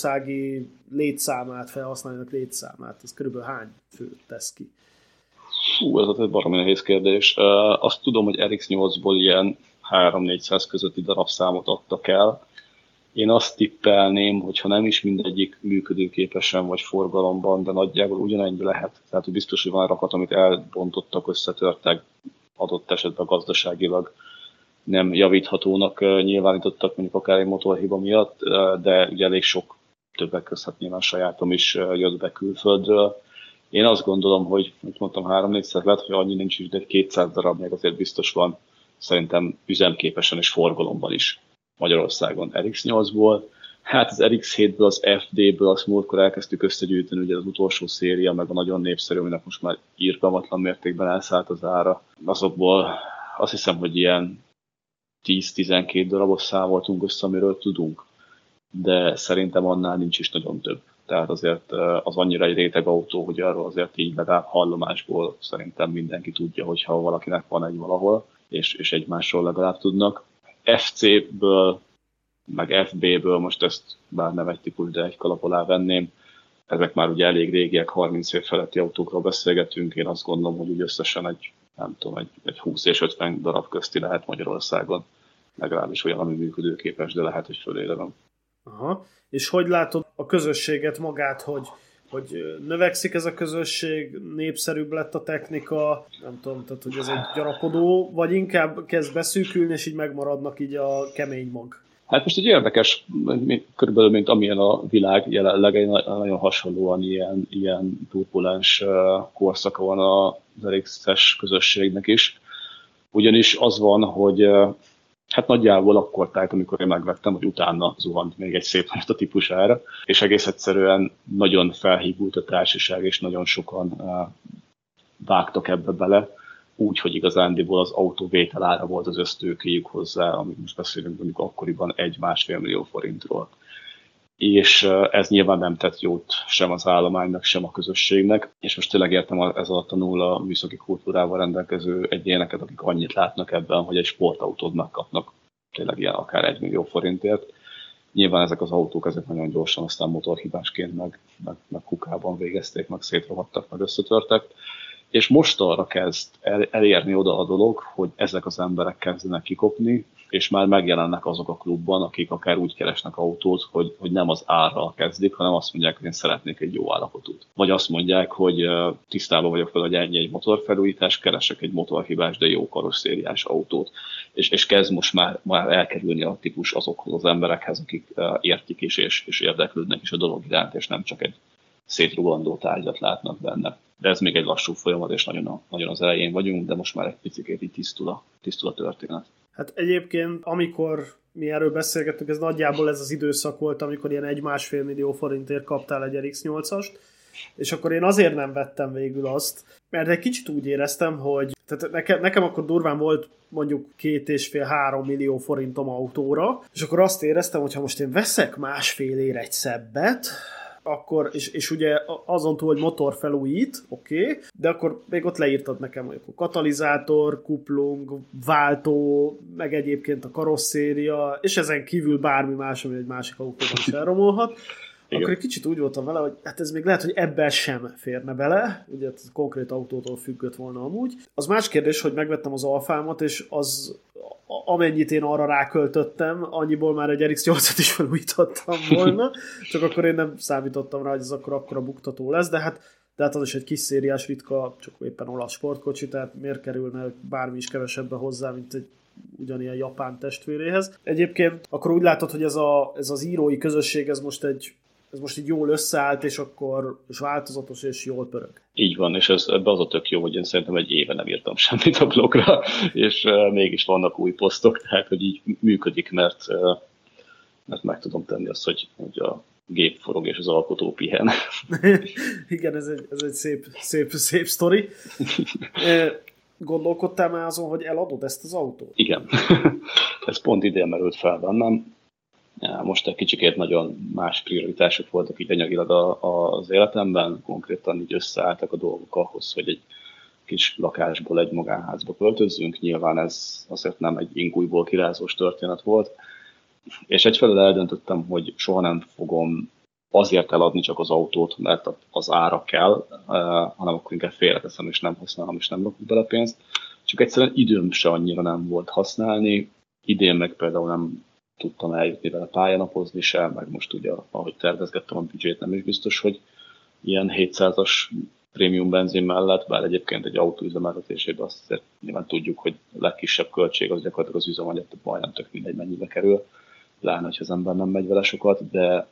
felhasználók létszámát, ez körülbelül hány fő tesz ki? Fú, ez egy baromi nehéz kérdés. Azt tudom, hogy RX8-ból ilyen 300-400 közötti darabszámot adtak el. Én azt tippelném, hogy ha nem is mindegyik működőképesen vagy forgalomban, de nagyjából ugyanennyi lehet. Tehát, hogy biztos, hogy van rakat, amit elbontottak, összetörtek, adott esetben gazdaságilag nem javíthatónak nyilvánítottak, mondjuk akár egy motorhiba miatt, de ugye elég sok, többek között nyilván sajátom is jött be külföldről. Én azt gondolom, hogy, mint mondtam, 3-400 lehet, hogy annyi nincs is, de 200 darab még azért biztos van, szerintem üzemképesen és forgalomban is Magyarországon RX8-ból. Hát az RX7-ből, az FD-ből azt múltkor elkezdtük összegyűjteni, ugye az utolsó széria, meg a nagyon népszerű, aminek most már irgalmatlan mértékben elszállt az ára. Azokból azt hiszem, hogy ilyen 10-12 darabot számoltunk össze, amiről tudunk, de szerintem annál nincs is nagyon több. Tehát azért az annyira egy réteg autó, hogy arról azért így legalább hallomásból szerintem mindenki tudja, hogyha valakinek van egy valahol, és egymásról legalább tudnak. FC-ből, meg FB-ből, most ezt bár nem egy típus, de egy kalap alá venném, ezek már ugye elég régiek, 30 év feletti autókról beszélgetünk, én azt gondolom, hogy úgy összesen egy 20 és 50 darab közti lehet Magyarországon. Legalábbis olyan, ami működőképes, de lehet, hogy fölére van. Aha. És hogy látod a közösséget magát, hogy növekszik ez a közösség, népszerűbb lett a technika, nem tudom, tehát hogy ez egy gyarapodó, vagy inkább kezd beszűkülni, és így megmaradnak így a kemény mag? Hát most egy érdekes, körülbelül mint amilyen a világ jelenleg, nagyon hasonlóan ilyen turbulens korszaka van az RX-es közösségnek is. Ugyanis az van, hogy hát nagyjából akkor tájt, amikor én megvettem, hogy utána zuhant még egy szép nagyot a típusára, és egész egyszerűen nagyon felhígult a társaság, és nagyon sokan vágtak ebbe bele, úgy, hogy igazándiból az autó vételára volt az ösztőkéjük hozzá, amit most beszélünk mondjuk akkoriban 1-1,5 millió forintról. És ez nyilván nem tett jót sem az állománynak, sem a közösségnek, és most tényleg értem ez alatt a nulla műszaki kultúrával rendelkező egyéneket, akik annyit látnak ebben, hogy egy sportautót megkapnak tényleg ilyen akár 1 millió forintért. Nyilván ezek az autók ezek nagyon gyorsan aztán motorhibásként meg kukában végezték, meg szétrohadtak, meg összetörtek. És most arra kezd elérni oda a dolog, hogy ezek az emberek kezdenek kikopni, és már megjelennek azok a klubban, akik akár úgy keresnek autót, hogy nem az árral kezdik, hanem azt mondják, hogy én szeretnék egy jó állapotút. Vagy azt mondják, hogy tisztában vagyok fel, hogy ennyi egy motorfelújítás, keresek egy motorhibás, de jó karosszériás autót. És kezd most már elkerülni a típus azokhoz az emberekhez, akik értik is, és érdeklődnek is a dolog iránt, és nem csak egy szétrugandó tárgyat látnak benne. De ez még egy lassú folyamat, és nagyon az elején vagyunk, de most már egy picit így tisztul a történet. Hát egyébként, amikor mi erről beszélgettünk, ez nagyjából ez az időszak volt, amikor ilyen 1,5 millió forintért kaptál egy RX8-ast, és akkor én azért nem vettem végül azt, mert egy kicsit úgy éreztem, hogy tehát nekem akkor durván volt mondjuk 2,5-3 millió forintom autóra, és akkor azt éreztem, hogy ha most én veszek másfél egy szebbet, akkor, és ugye azon túl, hogy motor felújít, oké, de akkor még ott leírtad nekem, hogy katalizátor, kuplung, váltó, meg egyébként a karosszéria, és ezen kívül bármi más, ami egy másik autóban is elromolhat. Igen. Akkor egy kicsit úgy voltam vele, hogy hát ez még lehet, hogy ebben sem férne bele, ugye ez konkrét autótól függött volna amúgy. Az más kérdés, hogy megvettem az alfámat, és az amennyit én arra ráköltöttem, annyiból már egy RX-8-at is felújítottam volna, csak akkor én nem számítottam rá, hogy ez akkora buktató lesz, de hát az is egy kis szériás ritka, csak éppen olasz sportkocsi, tehát miért kerülne bármi is kevesebbe hozzá, mint egy ugyanilyen japán testvéréhez. Egyébként akkor úgy látod, hogy ez az írói közösség, ez most így jól összeállt, és akkor és változatos, és jól pörög. Így van, és ebben az a tök jó, hogy én szerintem egy éve nem írtam semmit a blogra, és mégis vannak új posztok, tehát hogy így működik, mert meg tudom tenni azt, hogy a gép forog, és az alkotó pihen. Igen, ez egy szép sztori. Gondolkodtál már azon, hogy eladod ezt az autót? Igen. Ez pont idén merült fel bennem. Most egy kicsikét nagyon más prioritások voltak így anyagilag az életemben, konkrétan így összeálltak a dolgok ahhoz, hogy egy kis lakásból egy magánházba költözzünk. Nyilván ez azért nem egy ingújból kirázós történet volt. És egyfelől eldöntöttem, hogy soha nem fogom azért eladni csak az autót, mert az ára kell, hanem akkor inkább félreteszem, és nem használom, és nem rakok bele pénzt. Csak egyszerűen időm se annyira nem volt használni. Idén meg például nem tudtam eljutni vele pályanapozni se, meg most ugye, ahogy tervezgettem a büdzsét, nem is biztos, hogy ilyen 700-as prémium benzin mellett, bár egyébként egy autó üzemeltetésében azt azért nyilván tudjuk, hogy a legkisebb költség az gyakorlatilag az üzemanyag, tehát majdnem tök mindegy mennyibe kerül, pláne, hogy az ember nem megy vele sokat, de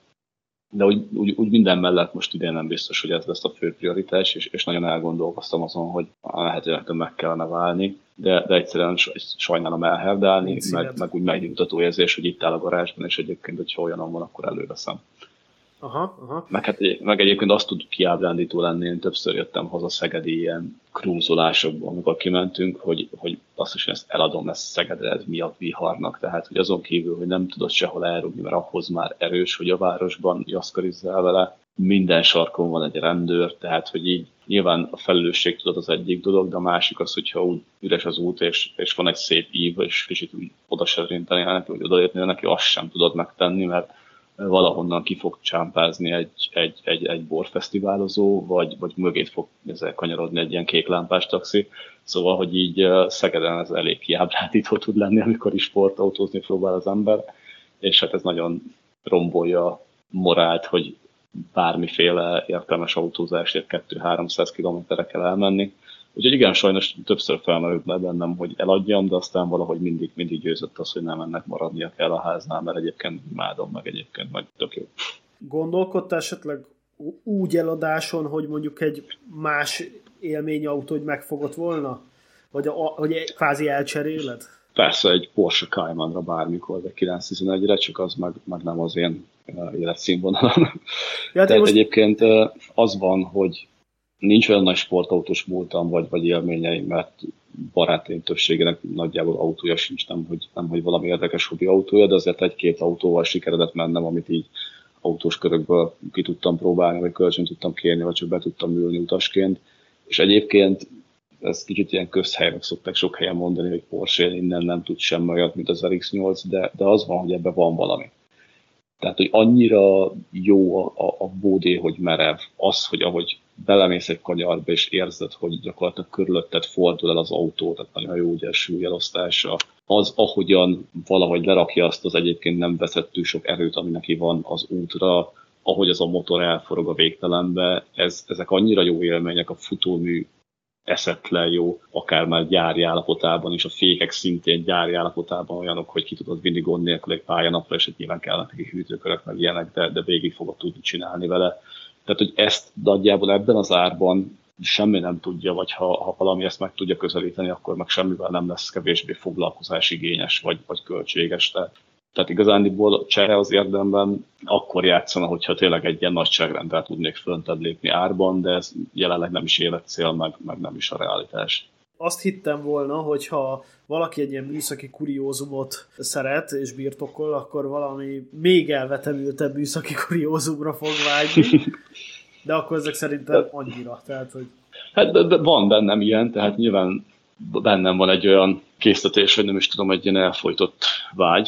úgy minden mellett most idén nem biztos, hogy ez lesz a fő prioritás, és nagyon elgondolkoztam azon, hogy lehet, hogy meg kellene válni, de egyszerűen sajnálom elherdálni, meg úgy megnyugtató érzés, hogy itt áll a garázsban, és egyébként, hogyha olyanom van, akkor előveszem. Aha. Meg egyébként azt tud kiábrándító lenni, én többször jöttem haza szegedi ilyen krúzolásokból, amikor kimentünk, hogy azt is ezt eladom, ezt Szegedre, ez miatt viharnak. Tehát, hogy azon kívül, hogy nem tudod sehol elrugni, mert ahhoz már erős, hogy a városban jaszkarizzál vele. Minden sarkon van egy rendőr, tehát, hogy így nyilván a felelősség tudod az egyik dolog, de a másik az, hogyha úgy üres az út, és van egy szép ív, és kicsit úgy oda serinteni neki, hogy odaérni neki, azt sem tudod megtenni, mert valahonnan ki fog csámpázni egy borfesztiválozó, vagy mögét fog ezzel kanyarodni egy ilyen kék lámpás taxi. Szóval, hogy így Szegeden ez elég kiábrándító tud lenni, amikor is sportautózni próbál az ember, és hát ez nagyon rombolja morált, hogy bármiféle értelmes autózásért 200-300 kilométerre kell elmenni. Úgyhogy igen, sajnos többször felmerült be bennem, hogy eladjam, de aztán valahogy mindig győzött az, hogy nem ennek maradnia kell a háznál, mert egyébként imádom, meg egyébként majd tök jó. Gondolkodtál esetleg úgy eladáson, hogy mondjuk egy más élményautó, hogy megfogott volna? Vagy kvázi elcseréled? Persze egy Porsche Caymanra bármikor, de 911-re, csak az meg nem az én életszínvonalam. Ja, tehát most... egyébként az van, hogy nincs olyan nagy sportautós múltam, vagy élményeim, mert barátaim többségének nagyjából autója sincs, nem hogy valami érdekes hobbi autója, de azért egy-két autóval sikeredett mennem, amit így autós körökből ki tudtam próbálni, vagy kölcsön tudtam kérni, vagy csak be tudtam ülni utasként. És egyébként ez kicsit ilyen közhelynek szokták sok helyen mondani, hogy Porsche innen nem tud semmi olyat, mint az RX-8, de az van, hogy ebben van valami. Tehát, hogy annyira jó a bódé, hogy merev, az, hogy ahogy belemész egy kanyarba, és érzed, hogy gyakorlatilag körülötted fordul el az autó, tehát nagyon jó ugye súlyelosztása. Az, ahogyan valahogy lerakja azt az egyébként nem veszettő sok erőt, ami neki van az útra, ahogy az a motor elforog a végtelenbe, ezek annyira jó élmények, a futómű eszetlen jó, akár már gyári állapotában is, a fékek szintén gyári állapotában olyanok, hogy ki tudod vinni gond nélkül egy pályanapra, és nyilván kellene neki hűtőkörök, meg ilyenek, de végig fogod tudni csinálni vele. Tehát, hogy ezt nagyjából ebben az árban semmi nem tudja, vagy ha valami ezt meg tudja közelíteni, akkor meg semmivel nem lesz kevésbé foglalkozásigényes, vagy költséges. Tehát igazándiból csere az érdemben akkor játszana, hogyha tényleg egy ilyen nagyságrendel tudnék föntebb lépni árban, de ez jelenleg nem is életcél, meg nem is a realitás. Azt hittem volna, hogyha valaki egy ilyen műszaki kuriózumot szeret és birtokol, akkor valami még elvetemültebb műszaki kuriózumra fog vágyni, de akkor ezek szerintem annyira. Tehát, hogy... Hát de van bennem ilyen, tehát nyilván bennem van egy olyan késztetés, hogy nem is tudom, egy ilyen elfojtott vágy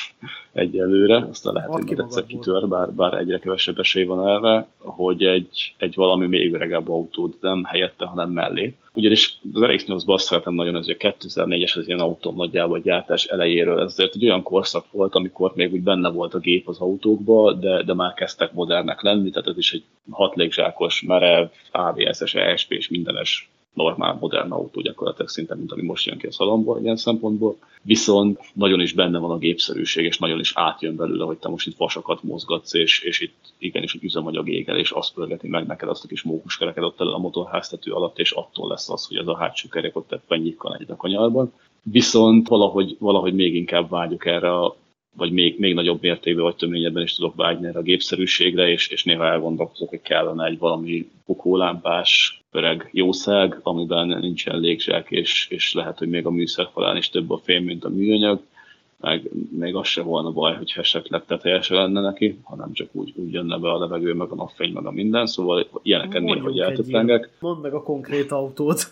egyelőre, aztán lehet, hogy majd egyszer kitör, bár egyre kevesebb esély van erre, hogy egy valami még öregebb autót nem helyette, hanem mellé. Ugyanis az RX-8-ban azt szeretem nagyon, hogy a 2004-es az ilyen autóm nagyjából gyártás elejéről, ezért egy olyan korszak volt, amikor még úgy benne volt a gép az autókban, de már kezdtek modernek lenni, tehát ez is egy 6 légzsákos, merev, ABS-es, ESP és mindenes normál, modern autó gyakorlatilag szinte, mint ami most jön ki a szalomból ilyen szempontból. Viszont nagyon is benne van a gépszerűség, és nagyon is átjön belőle, hogy te most itt vasakat mozgatsz, és itt igenis egy üzemanyag égel, és azt pörgeti meg neked azt a kis mókuskereket ott elő a motorháztető alatt, és attól lesz az, hogy ez a hátsó kerék ott ebben nyikkan egy a kanyarban. Viszont valahogy még inkább vágyok erre vagy még nagyobb mértékben, vagy töményebben is tudok vágyni erre a gépszerűségre, és néha elgondolkozok, hogy kellene egy valami bukólámpás, öreg jószág, amiben nincsen légzsák, és lehet, hogy még a műszerfalán is több a fém, mint a műanyag, meg még az se volna baj, hogyha esetleg teteje lenne neki, hanem csak úgy jönne be a levegő, meg a napfény, meg a minden, szóval ilyeneken néha eltöprengek. Mondd meg a konkrét autót.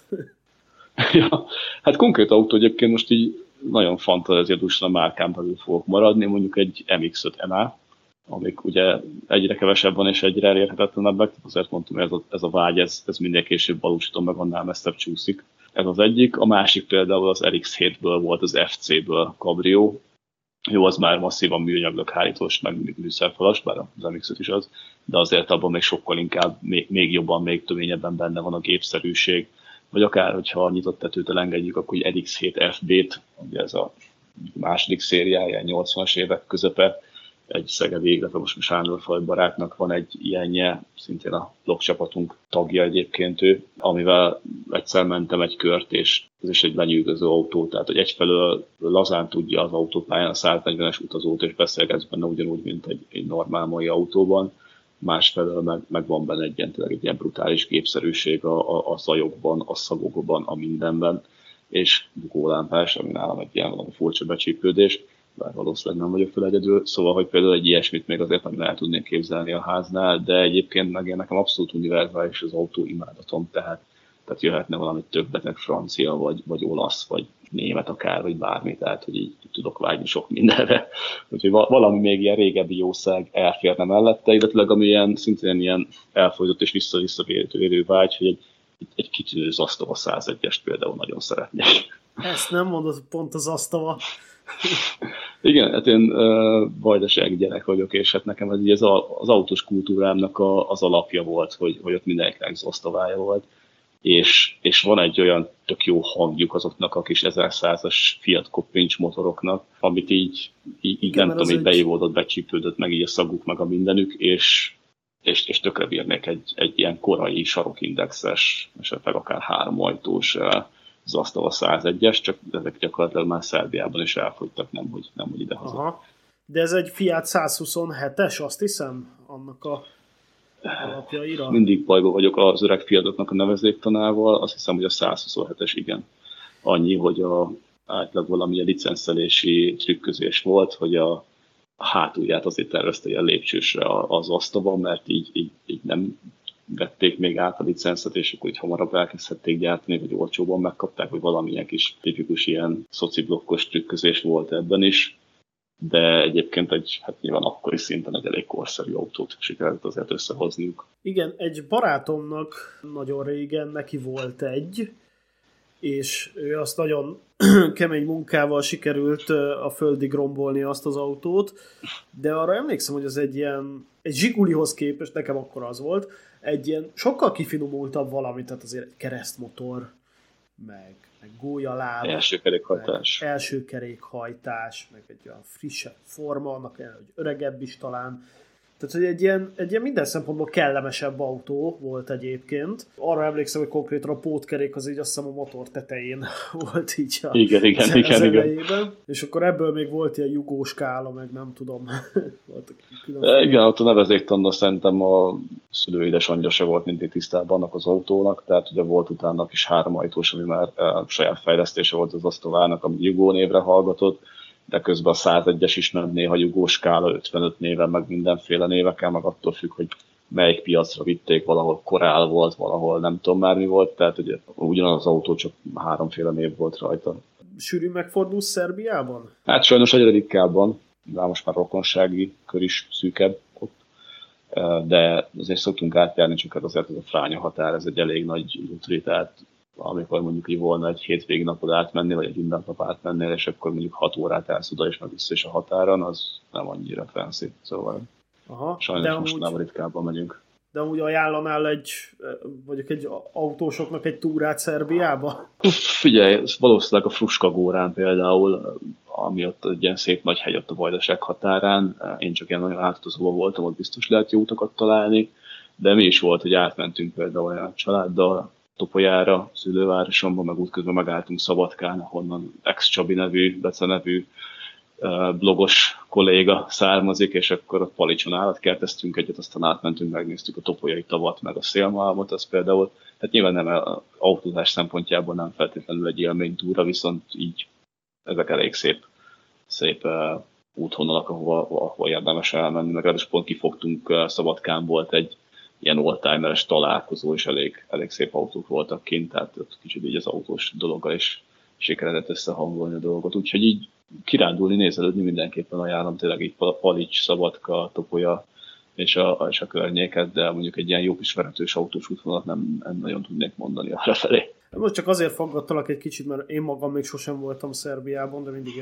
Ja, hát konkrét autó egyébként most így nagyon fantáziadúsan a márkán belül fogok maradni, mondjuk egy MX-5 MA, amik ugye egyre kevesebb van és egyre elérhetetlenebbek, azért mondtam, hogy ez a vágy, ez minél később valósítom meg, annál messzebb csúszik. Ez az egyik, a másik például az RX-7-ből volt az FC-ből kabrió. Jó, az már masszívan műanyag lökhárítós, meg műszerfalas, bár az MX-5 is az, de azért abban még sokkal inkább, még jobban, még töményebben benne van a gépszerűség, vagy akár, hogyha nyitott tetőt elengedjük, akkor egy RX-7 FB-t, ugye ez a második szériája, 80-as évek közepe, egy szegedi, illetve most Sándorfaj barátnak van egy ilyenje, szintén a blog csapatunk tagja egyébként ő, amivel egyszer mentem egy kört, és ez is egy lenyűgöző autó, tehát hogy egyfelől lazán tudja az autópályán a 140-es utazót, és beszélgetsz benne ugyanúgy, mint egy normál mai autóban, másfelől meg van benne egy ilyen brutális gépszerűség a zajokban, a szagokban, a mindenben, és bukólámpás, ami nálam egy ilyen valami furcsa becsípődés, bár valószínűleg nem vagyok fel egyedül, szóval, hogy például egy ilyesmit még azért nem el tudnék képzelni a háznál, de egyébként meg nekem abszolút univerzális az autó imádatom, tehát jöhetne valami több beteg francia, vagy olasz, vagy német akár, vagy bármi, tehát hogy így tudok vágyni sok mindenre. Úgyhogy valami még ilyen régebbi jószág elférne mellette, illetve ami szintén ilyen elfolytott és vissza-vissza vérő vágy, hogy egy kitűnő Zastava 101-est például nagyon szeretnék. Ezt nem mondod, pont az Zastava. Igen, hát én vajdasági gyerek vagyok, és hát nekem ez így az autós kultúrámnak az alapja volt, hogy ott mindenkinek Zastavája volt, és van egy olyan tök jó hangjuk azoknak a kis 1100-as Fiat Koppincs motoroknak, amit így igen, nem tudom, így beívódott, becsípődött, meg így a szaguk, meg a mindenük, és tökre bírnék egy ilyen korai sarokindexes, esetleg akár 3 ajtós Zastava 101-es, csak ezek gyakorlatilag már Szerbiában is elfogytak, nem hogy idehaza. Aha. De ez egy Fiat 127-es, azt hiszem, annak a alapjaira? Mindig bajban vagyok az öreg Fiatoknak a nevezéktanával, azt hiszem, hogy a 127-es igen. Annyi, hogy átlag valamilyen licenszelési trükközés volt, hogy a hátulját azért tervezte ilyen lépcsősre az Zastava, mert így nem vették még át a licenszet, és akkor így hamarabb elkezdhették gyártani, vagy olcsóban megkapták, vagy valamilyen kis tipikus ilyen szociblokkos trükközés volt ebben is, de egyébként hát nyilván akkori szinten egy elég korszerű autót sikerült azért összehozniuk. Igen, egy barátomnak nagyon régen neki volt egy, és ő azt nagyon kemény munkával sikerült a földig rombolni azt az autót, de arra emlékszem, hogy az egy Zsigulihoz képest, nekem akkor az volt, egy ilyen sokkal kifinomultabb valami, tehát azért egy keresztmotor, meg gólyaláb, első kerékhajtás, meg egy olyan frissebb forma, annak hogy öregebb is talán. Tehát, hogy egy ilyen minden szempontból kellemesebb autó volt egyébként. Arra emlékszem, hogy konkrétan a pótkerék az így azt hiszem a motor tetején volt így igen. És akkor ebből még volt ilyen jugóskála, meg nem tudom. Igen, ott a nevezéktannal szerintem a szülő édesanyja se volt mindig tisztában annak az autónak, tehát ugye volt utána is 3 ajtós, ami már saját fejlesztése volt az Asztovának, ami Jugó névre hallgatott, de közben a 101-es is ment néha jugóskála 55 néven, meg mindenféle névekkel, meg attól függ, hogy melyik piacra vitték, valahol korál volt, valahol nem tudom már mi volt, tehát ugye ugyanaz az autó, csak 3 név volt rajta. Sűrű megfordulsz Szerbiában? Hát sajnos egyre ritkábban, de most már rokonsági kör is szűkebb ott, de azért szoktunk átjárni, csak azért ez a Fránya határ, ez egy elég nagy útri, tehát amikor mondjuk így volna egy hétvégi napod átmenni, vagy egy ünnepnap átmennél, és akkor mondjuk 6 órát állsz oda és meg vissza is a határon, az nem annyira fancy, szóval sajnos mostanában ritkábban megyünk. De amúgy ajánlanál egy autósoknak egy túrát Szerbiába? Figyelj, valószínűleg a Fruska Górán például, ami ott egy ilyen szép nagy hegy ott a Vajdaság határán, én csak ilyen nagyon átutazóban voltam, ott biztos lehet jó utakat találni, de mi is volt, hogy átmentünk például olyan családdal Topolyára, szülővárosomban, meg útközben megálltunk Szabadkán, ahonnan ex-Csabi nevű, Bece nevű blogos kolléga származik, és akkor ott Palicson állatkerteztünk egyet, aztán átmentünk, megnéztük a topolyai tavat, meg a szélmalmot, az például, tehát nyilván nem autózás szempontjából nem feltétlenül egy élménytúra, viszont így ezek elég szép útvonalak, ahova érdemes elmenni, meg ráadásul pont kifogtunk, Szabadkán volt egy ilyen oldtimeres találkozó, és elég szép autók voltak kint, tehát kicsit így az autós dologgal is sikeredett összehangolni a dolgot. Úgyhogy így kirándulni, nézelődni mindenképpen ajánlom, tényleg így Palics, Szabadka, Topolya és a környéket, de mondjuk egy ilyen jó kis veretős autós útvonalat nem nagyon tudnék mondani arra felé. Most csak azért faggattalak egy kicsit, mert én magam még sosem voltam Szerbiában, de mindig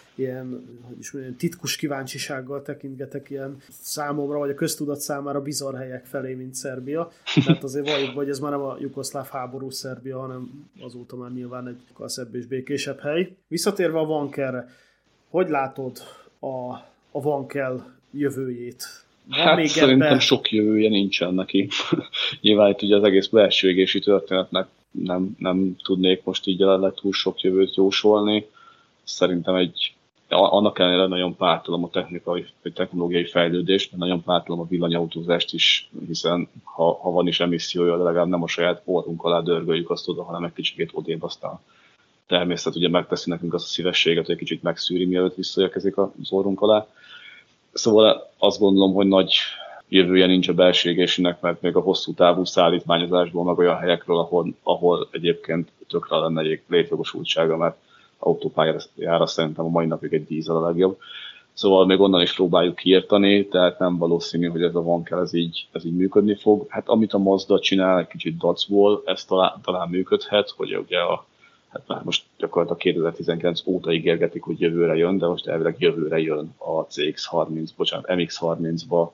ilyen titkos kíváncsisággal tekintgetek ilyen számomra, vagy a köztudat számára bizarr helyek felé, mint Szerbia. Tehát azért valljuk, hogy ez már nem a jugoszláv háború Szerbia, hanem azóta már nyilván egy szebb és békésebb hely. Visszatérve a Vankelre, hogy látod a Vankel jövőjét? Hát szerintem sok jövője nincsen neki. Nyilván itt ugye az egész belső égési történetnek nem tudnék most így jelenleg túl sok jövőt jósolni. Szerintem annak ellenére nagyon pártolom a technológiai fejlődést, mert nagyon pártolom a villanyautózást is, hiszen ha van is emissziója, de legalább nem a saját orrunk alá dörgöljük azt oda, hanem egy kicsit odébb, aztán a természet ugye megteszi nekünk azt a szívességet, hogy egy kicsit megszűri, mielőtt visszaérkezik az orrunk alá. Szóval azt gondolom, hogy nagy jövője nincs a belső égésének, mert még a hosszú távú szállítmányozásból, meg olyan helyekről, ahol egyébként tökre lenne egy létjogosultsága, mert autópályára szerintem a mai napig egy dízel a legjobb. Szóval még onnan is próbáljuk kiírtani, tehát nem valószínű, hogy ez a Vankel ez így működni fog. Hát amit a Mazda csinál egy kicsit Dacból, ez talán működhet, hogy ugye hát már most gyakorlatilag 2019 óta ígérgetik, hogy jövőre jön, de most elvileg jövőre jön a MX-30-ba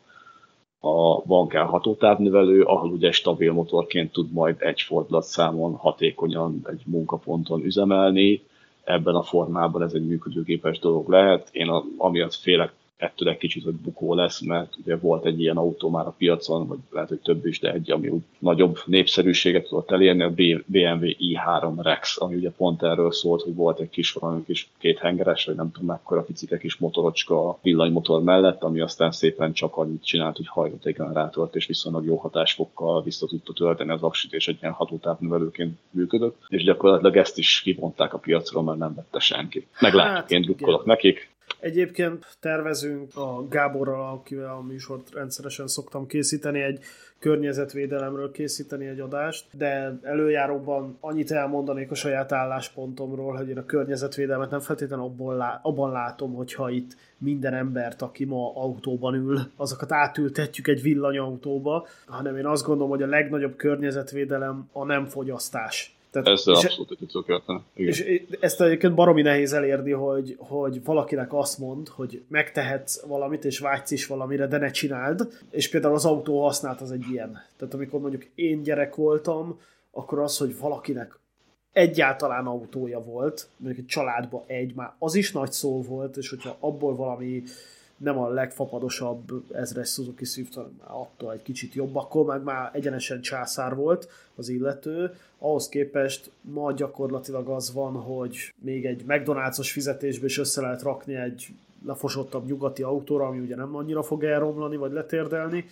a Vankel hatótávnövelő, ahol ugye stabil motorként tud majd egy fordulatszámon hatékonyan egy munkaponton üzemelni. Ebben a formában ez egy működőképes dolog lehet. Én amiatt félek ettől egy kicsit, hogy bukó lesz, mert ugye volt egy ilyen autó már a piacon, vagy lehet, hogy több is, de egy, ami úgy nagyobb népszerűséget tudott elérni, a BMW i3 Rex, ami ugye pont erről szólt, hogy volt egy kis valami kis kéthengeres, vagy nem tudom mekkora picike kis motorocska a villanymotor mellett, ami aztán szépen csak annyit csinált, hogy hajtott egy generátort, és viszonylag jó hatásfokkal vissza tudta tölteni az aksit, és egy ilyen hatótávnövelőként működött. És gyakorlatilag ezt is kivonták a piacról, mert nem vette senki. Meglátjuk, én drukkolok nekik. Egyébként tervezünk a Gáborral, akivel a műsort rendszeresen szoktam készíteni, egy környezetvédelemről készíteni egy adást, de előjáróban annyit elmondanék a saját álláspontomról, hogy én a környezetvédelmet nem feltétlenül abban látom, hogyha itt minden embert, aki ma autóban ül, azokat átültetjük egy villanyautóba, hanem én azt gondolom, hogy a legnagyobb környezetvédelem a nem fogyasztás. Ezzel abszolút egy tudok érteni. És ezt egyébként baromi nehéz elérni, hogy valakinek azt mond, hogy megtehetsz valamit, és vágysz is valamire, de ne csináld. És például az autó használat az egy ilyen. Tehát amikor mondjuk én gyerek voltam, akkor az, hogy valakinek egyáltalán autója volt, mondjuk egy családban már az is nagy szó volt, és hogyha abból valami nem a legfapadosabb ezres Suzuki Swift, hanem attól egy kicsit jobb, akkor meg már egyenesen császár volt az illető. Ahhoz képest ma gyakorlatilag az van, hogy még egy McDonald's-os fizetésbe is össze lehet rakni egy lefosottabb nyugati autóra, ami ugye nem annyira fog elromlani, vagy letérdelni,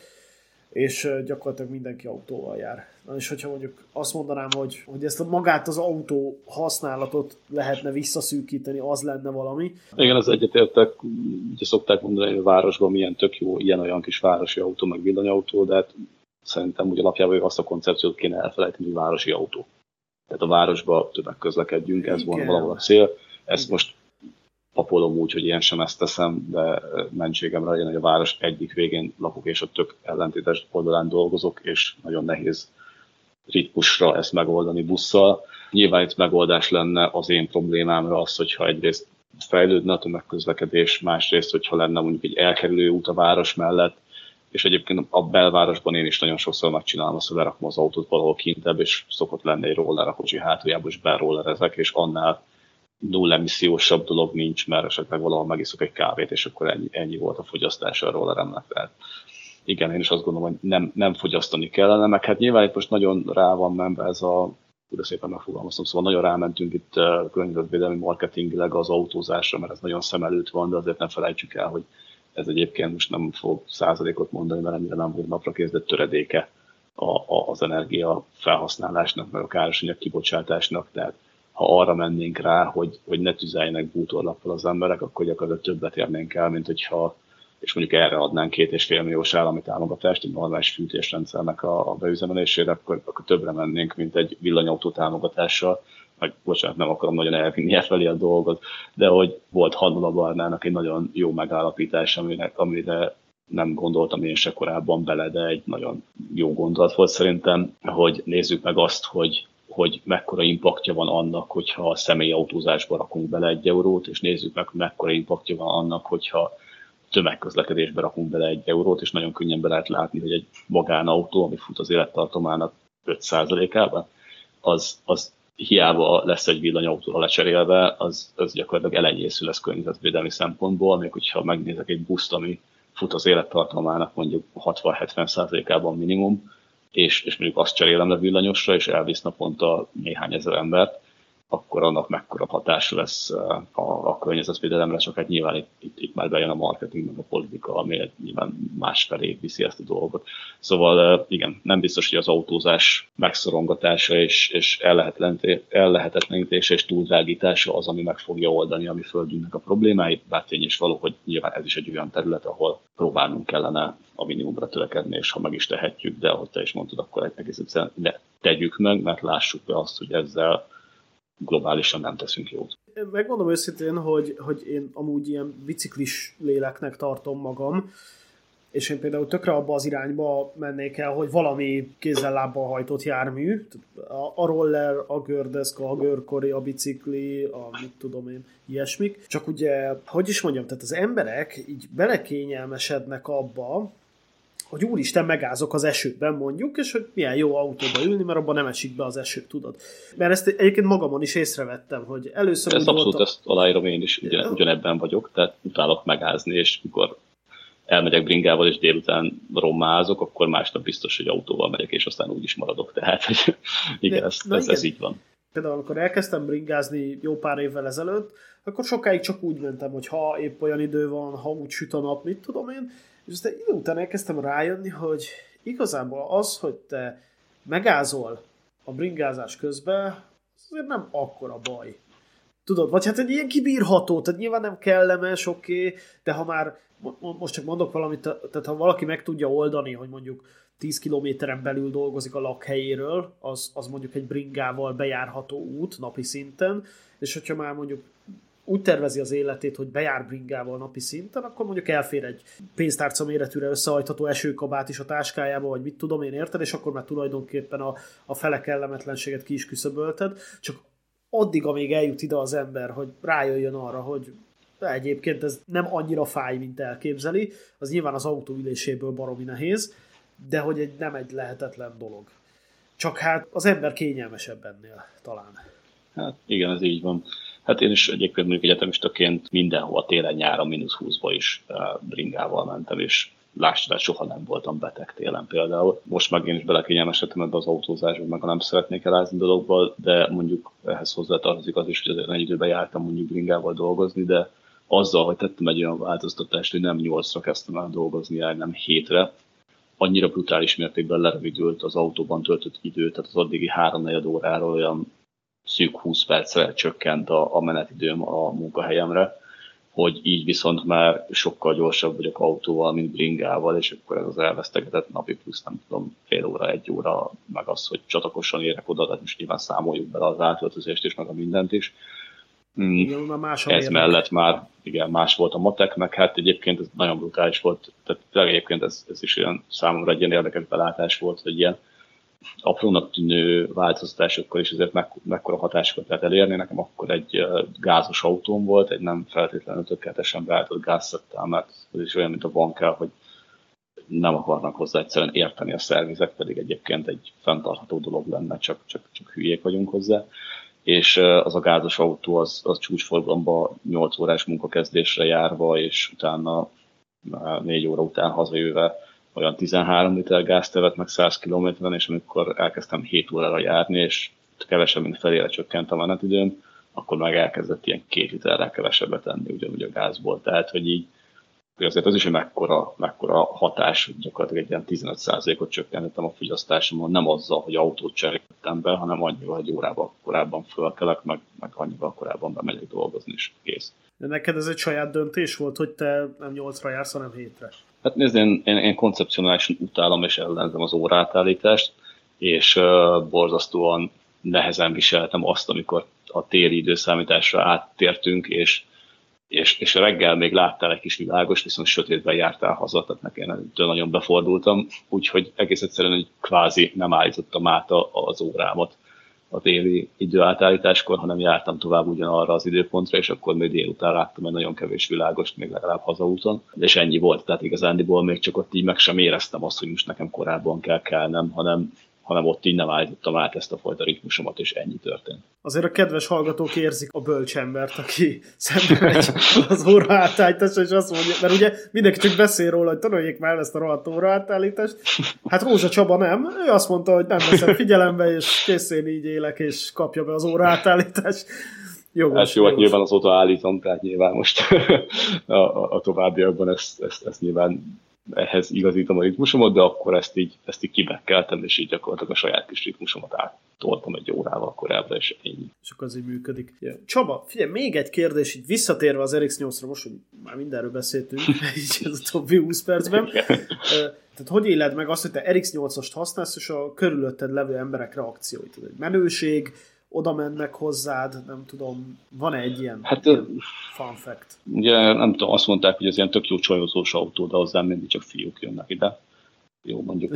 és gyakorlatilag mindenki autóval jár. Na és hogyha mondjuk azt mondanám, hogy ezt magát az autó használatot lehetne visszaszűkíteni, az lenne valami. Igen, az egyetértek, ugye szokták mondani, hogy a városban milyen tök jó ilyen-olyan kis városi autó, meg villanyautó, de hát szerintem ugye alapjában azt a koncepciót kéne elfelejteni, hogy városi autó. Tehát a városban tömegközlekedjünk, ez van valahol a cél. Ezt most papolom úgy, hogy én sem ezt teszem, de mentségemre legyen, hogy a város egyik végén lakok, és a tök ellentétes oldalán dolgozok, és nagyon nehéz ritmusra ezt megoldani busszal. Nyilván itt megoldás lenne az én problémámra az, hogyha egyrészt fejlődne a tömegközlekedés, másrészt, hogyha lenne mondjuk egy elkerülő út a város mellett, és egyébként a belvárosban én is nagyon sokszor megcsinálom azt, hogy lerakom az autót valahol kintebb, és szokott lenni egy roller a kocsi hátuljából, és berollerezek, és annál null emissziósabb dolog nincs, mert esetleg valahol megiszok egy kávét, és akkor ennyi volt a fogyasztása a rolleremnek. Tehát igen, én is azt gondolom, hogy nem fogyasztani kellene, meg hát nyilván itt most nagyon rá van menve ez de szépen megfogalmaztam, szóval nagyon rámentünk itt környezetvédelmi marketingileg az autózásra, mert ez nagyon szem előtt van, de azért nem felejtsük el, hogy ez egyébként most nem fog százalékot mondani, mert ennyire nem volt napra kézdett töredéke az energia felhasználásnak, meg a károsanyag kibocsátásnak, tehát ha arra mennénk rá, hogy ne tüzeljenek bútorlappal az emberek, akkor gyakorlatilag többet érnénk el, mint hogyha, és mondjuk erre adnánk 2,5 milliós állami támogatást egy normális fűtésrendszernek a beüzemelésére, akkor többre mennénk, mint egy villanyautó támogatással, meg bocsánat, nem akarom nagyon elvinni felé a dolgot, de hogy volt Hannula Barnának egy nagyon jó megállapítás, amire nem gondoltam én se korábban bele, de egy nagyon jó gondolat volt szerintem, hogy nézzük meg azt, hogy mekkora impaktja van annak, hogyha a személyautózásba rakunk bele 1 eurót, és nézzük meg, hogy mekkora impaktja van annak, hogyha tömegközlekedésbe rakunk bele 1 eurót, és nagyon könnyen be lehet látni, hogy egy magánautó, ami fut az élettartamának 5%-ában, az hiába lesz egy villanyautóra lecserélve, az gyakorlatilag elenyésző lesz környezetvédelmi szempontból, még hogyha megnézek egy buszt, ami fut az élettartamának mondjuk 60-70%-ában minimum, és mondjuk azt cserélem le villanyosra, és elvisz naponta néhány ezer embert, akkor annak mekkora hatása lesz a környezetvédelemre, csak hát nyilván itt már bejön a marketing, meg a politika, ami nyilván másfelé viszi ezt a dolgot. Szóval igen, nem biztos, hogy az autózás megszorongatása és ellehetetlenítése és túldrágítása az, ami meg fogja oldani a mi földünknek a problémáit, bár tény is való, hogy nyilván ez is egy olyan terület, ahol próbálnunk kellene a minimumra törekedni, és ha meg is tehetjük, de ahogy te is mondtad, akkor egész egyszerűen ne tegyük meg, mert lássuk be azt, hogy ezzel globálisan nem teszünk jót. Megmondom őszintén, hogy én amúgy ilyen biciklis léleknek tartom magam, és én például tökre abba az irányba mennék el, hogy valami kézzel-lábbal hajtott jármű, a roller, a gördeszka, a görkori, a bicikli, a mit tudom én, ilyesmik. Csak ugye, hogy is mondjam, tehát az emberek így belekényelmesednek abba, hogy úristen, megázok az esőben mondjuk, és hogy milyen jó autóba ülni, mert abban nem esik be az eső, tudod. Mert ezt egyébként magamon is észrevettem, hogy először ezt abszolút ezt aláírom én is, ugyanebben vagyok, tehát utálok megázni, és mikor elmegyek bringával, és délután rommázok, akkor másnap biztos, hogy autóval megyek, és aztán úgy is maradok. Tehát, hogy igen, ez így van. Például, amikor elkezdtem bringázni jó pár évvel ezelőtt, akkor sokáig csak úgy mentem, hogy ha épp olyan idő van, ha úgy süt a nap, mit tudom én, és aztán idő után elkezdtem rájönni, hogy igazából az, hogy te megázol a bringázás közben, az azért nem akkora baj. Tudod, vagy hát egy ilyen kibírható, tehát nyilván nem kellemes, oké, de ha már, most csak mondok valamit, tehát ha valaki meg tudja oldani, hogy mondjuk 10 kilométeren belül dolgozik a lakhelyéről, az mondjuk egy bringával bejárható út napi szinten, és hogyha már mondjuk úgy tervezi az életét, hogy bejár bringával napi szinten, akkor mondjuk elfér egy pénztárca méretűre összehajtható esőkabát is a táskájába, vagy mit tudom én, érted, és akkor már tulajdonképpen a fele kellemetlenséget ki is küszöbölted. Csak addig, amíg eljut ide az ember, hogy rájöjjön arra, hogy egyébként ez nem annyira fáj, mint elképzeli, az nyilván az autóüléséből baromi nehéz, de hogy nem egy lehetetlen dolog. Csak hát az ember kényelmesebb ennél talán. Hát igen, ez így van. Hát én is egyébként mondjuk egyetemistaként mindenhol télen-nyáron -20-ba is bringával mentem, és lássad, soha nem voltam beteg télen például. Most meg én is belekényelmesedtem ebbe az autózásba, meg nem szeretnék elázni dologból, de mondjuk ehhez hozzátartozik az is, hogy azért egy időben jártam mondjuk bringával dolgozni, de azzal, hogy tettem egy olyan változtatást, hogy nem 8-ra kezdtem el dolgozni, nem 7-re, annyira brutális mértékben lerövidült az autóban töltött idő, tehát az addigi 3-4 óráról olyan szűk 20 percre csökkent a menetidőm a munkahelyemre, hogy így viszont már sokkal gyorsabb vagyok autóval, mint bringával, és akkor ez az elvesztegetett napi plusz, nem tudom, fél óra, 1 óra, meg az, hogy csatakosan érek oda, tehát most nyilván számoljuk bele az átöltözést is, meg a mindent is. Igen, ez mellett már igen, más volt a matek, meg hát egyébként ez nagyon brutális volt, tehát egyébként ez is olyan számomra egy ilyen érdekes belátás volt, hogy ilyen aprónak tűnő változtatásokkal is azért mekkora hatásokat lehet elérni. Nekem akkor egy gázos autóm volt, egy nem feltétlenül tökéletesen beállított gázszettel, mert ez is olyan, mint a bankel, hogy nem akarnak hozzá egyszerűen érteni a szervizek, pedig egyébként egy fenntartható dolog lenne, csak hülyék vagyunk hozzá. És az a gázos autó az csúcsforgalomban 8 órás munkakezdésre járva, és utána 4 óra után hazajöve olyan 13 liter gázt evett meg 100 kilométeren, és amikor elkezdtem 7 órára járni, és kevesebb, mint felére csökkent a menetidőm, akkor meg elkezdett ilyen 2 literrel kevesebbet enni ugyanúgy a gázból. Tehát, hogy így azért az is egy mekkora hatás, hogy gyakorlatilag egy ilyen 15%-ot csökkentettem a fogyasztásomon, nem azzal, hogy autót cseréltem be, hanem annyival, hogy órával korábban fölkelek, meg annyival korábban bemegyek dolgozni, és kész. De neked ez egy saját döntés volt, hogy te nem 8-ra jársz, hanem 7-re? Hát nézd, én koncepcionálisan utálom és ellenzem az órátállítást, és borzasztóan nehezen viseltem azt, amikor a téli időszámításra áttértünk, és reggel még láttál egy kis világos, viszont sötétben jártál haza, tehát nekem nagyon befordultam, úgyhogy egész egyszerűen hogy kvázi nem állítottam át az órámat a téli időátállításkor, hanem jártam tovább ugyanarra az időpontra, és akkor még délután láttam egy nagyon kevés világost, még legalább hazaúton, és ennyi volt, tehát igazándiból még csak ott így meg sem éreztem azt, hogy most nekem korábban kell kelnem, hanem ott így nem állítottam át ezt a fajta ritmusomat, és ennyi történt. Azért a kedves hallgatók érzik a bölcsembert, aki szembe megy az óraátállításra, és azt mondja, mert ugye mindenki csak beszél róla, hogy tanuljék már ezt a rohadt óraátállítást. Hát Rózsa Csaba nem, ő azt mondta, hogy nem veszem figyelembe, és készén így élek, és kapja be az óraátállítást. Jogos, hát jó, nyilván azóta állítom, tehát nyilván most a továbbiakban ezt nyilván ehhez igazítom a ritmusomat, de akkor ezt így kibekkeltem, és így gyakorlatilag a saját kis ritmusomat áttoltam egy órával korábbra, és ennyi. És akkor az így működik. Ja. Csaba, figyelj, még egy kérdés, így visszatérve az RX8-ra, most, hogy már mindenről beszéltünk, így az utóbbi 20 percben. Tehát hogy éled meg azt, hogy te RX8-ast használsz, és a körülötted levő emberek reakcióit? Egy menőség, oda mennek hozzád, nem tudom, van-e egy ilyen, fun fact? Ugye nem tudom, azt mondták, hogy ez ilyen tök jó csajozós autó, de hozzám mindig csak fiúk jönnek ide. Jó, mondjuk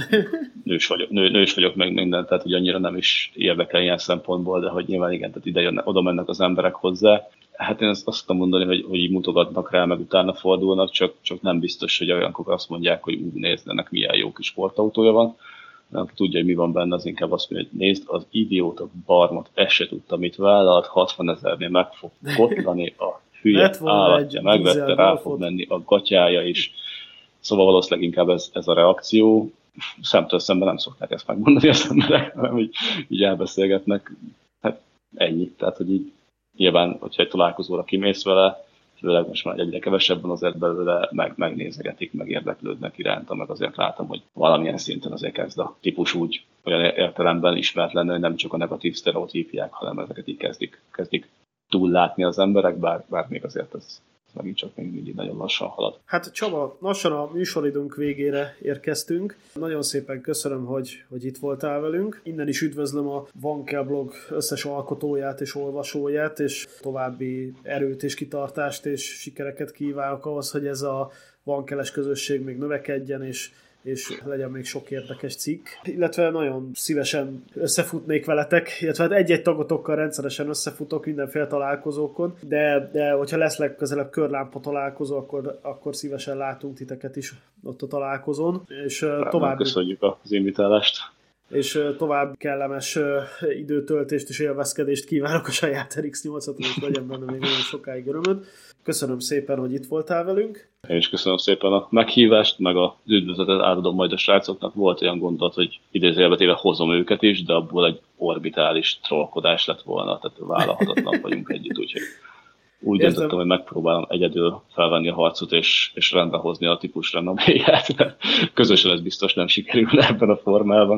nős vagyok meg minden, tehát hogy annyira nem is érdekel ilyen szempontból, de hogy nyilván igen, tehát ide jönnek, oda mennek az emberek hozzá. Hát én azt tudom mondani, hogy így mutogatnak rá, meg utána fordulnak, csak nem biztos, hogy olyankor azt mondják, hogy úgy néznek, milyen jó kis sportautója van. Nem tudja, hogy mi van benne, az inkább azt mondja, hogy nézd, az idióta barmot, ezt se tudta, mit vállalt, 60 000-nél meg fog kotlani, a hülye állatja, megvette, rá fog menni a gatyája is. Szóval valószínűleg inkább ez a reakció. Szemtől szemben nem szokták ezt megmondani az emberek, hanem így elbeszélgetnek. Hát ennyi. Tehát, hogy így nyilván, hogyha egy találkozóra kimész vele, főleg most már egyre kevesebben azért belőle megnézegetik, meg érdeklődnek iránta, meg azért látom, hogy valamilyen szinten azért kezd a típus úgy olyan értelemben ismert lenni, hogy nem csak a negatív sztereotípiák, hanem ezeket így kezdik túllátni az emberek, bár még azért ez megint csak még mindig nagyon lassan halad. Hát Csaba, lassan a műsoridőnk végére érkeztünk. Nagyon szépen köszönöm, hogy itt voltál velünk. Innen is üdvözlöm a Vankel blog összes alkotóját és olvasóját, és további erőt és kitartást és sikereket kívánok ahhoz, hogy ez a vankeles közösség még növekedjen, és legyen még sok érdekes cikk. Illetve nagyon szívesen összefutnék veletek, illetve hát egy-egy tagotokkal rendszeresen összefutok mindenféle találkozókon, de hogyha lesz legközelebb körlámpa találkozó, akkor szívesen látunk titeket is ott a találkozón. És tovább köszönjük az invitálást. És tovább kellemes időtöltést és élvezkedést kívánok a saját RX8-at, és legyen benne még nagyon sokáig örömöd. Köszönöm szépen, hogy itt voltál velünk. Én is köszönöm szépen a meghívást, meg az üdvözletet átadom majd a srácoknak. Volt olyan gondolat, hogy idézőjelbe téve hozom őket is, de abból egy orbitális trollkodás lett volna, tehát vállalhatatlan vagyunk együtt, úgyhogy úgy döntöttem, hogy megpróbálom egyedül felvenni a harcot és rendbe hozni a típus rendoméját, mert közösen ez biztos nem sikerülne ebben a formában.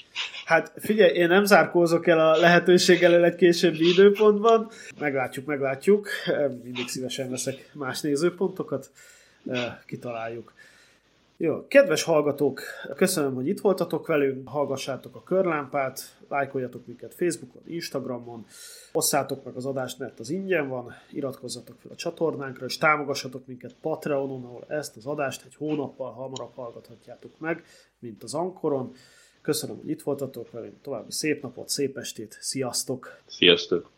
Hát figyelj, én nem zárkózok el a lehetőség elől egy későbbi időpontban. Meglátjuk. Mindig szívesen veszek más nézőpontokat. Kitaláljuk. Jó, kedves hallgatók, köszönöm, hogy itt voltatok velünk, hallgassátok a körlámpát, lájkoljatok minket Facebookon, Instagramon, osszátok meg az adást, mert az ingyen van, iratkozzatok fel a csatornánkra, és támogassatok minket Patreonon, ahol ezt az adást egy hónappal hamarabb hallgathatjátok meg, mint az Anchoron. Köszönöm, hogy itt voltatok velünk, további szép napot, szép estét, sziasztok! Sziasztok!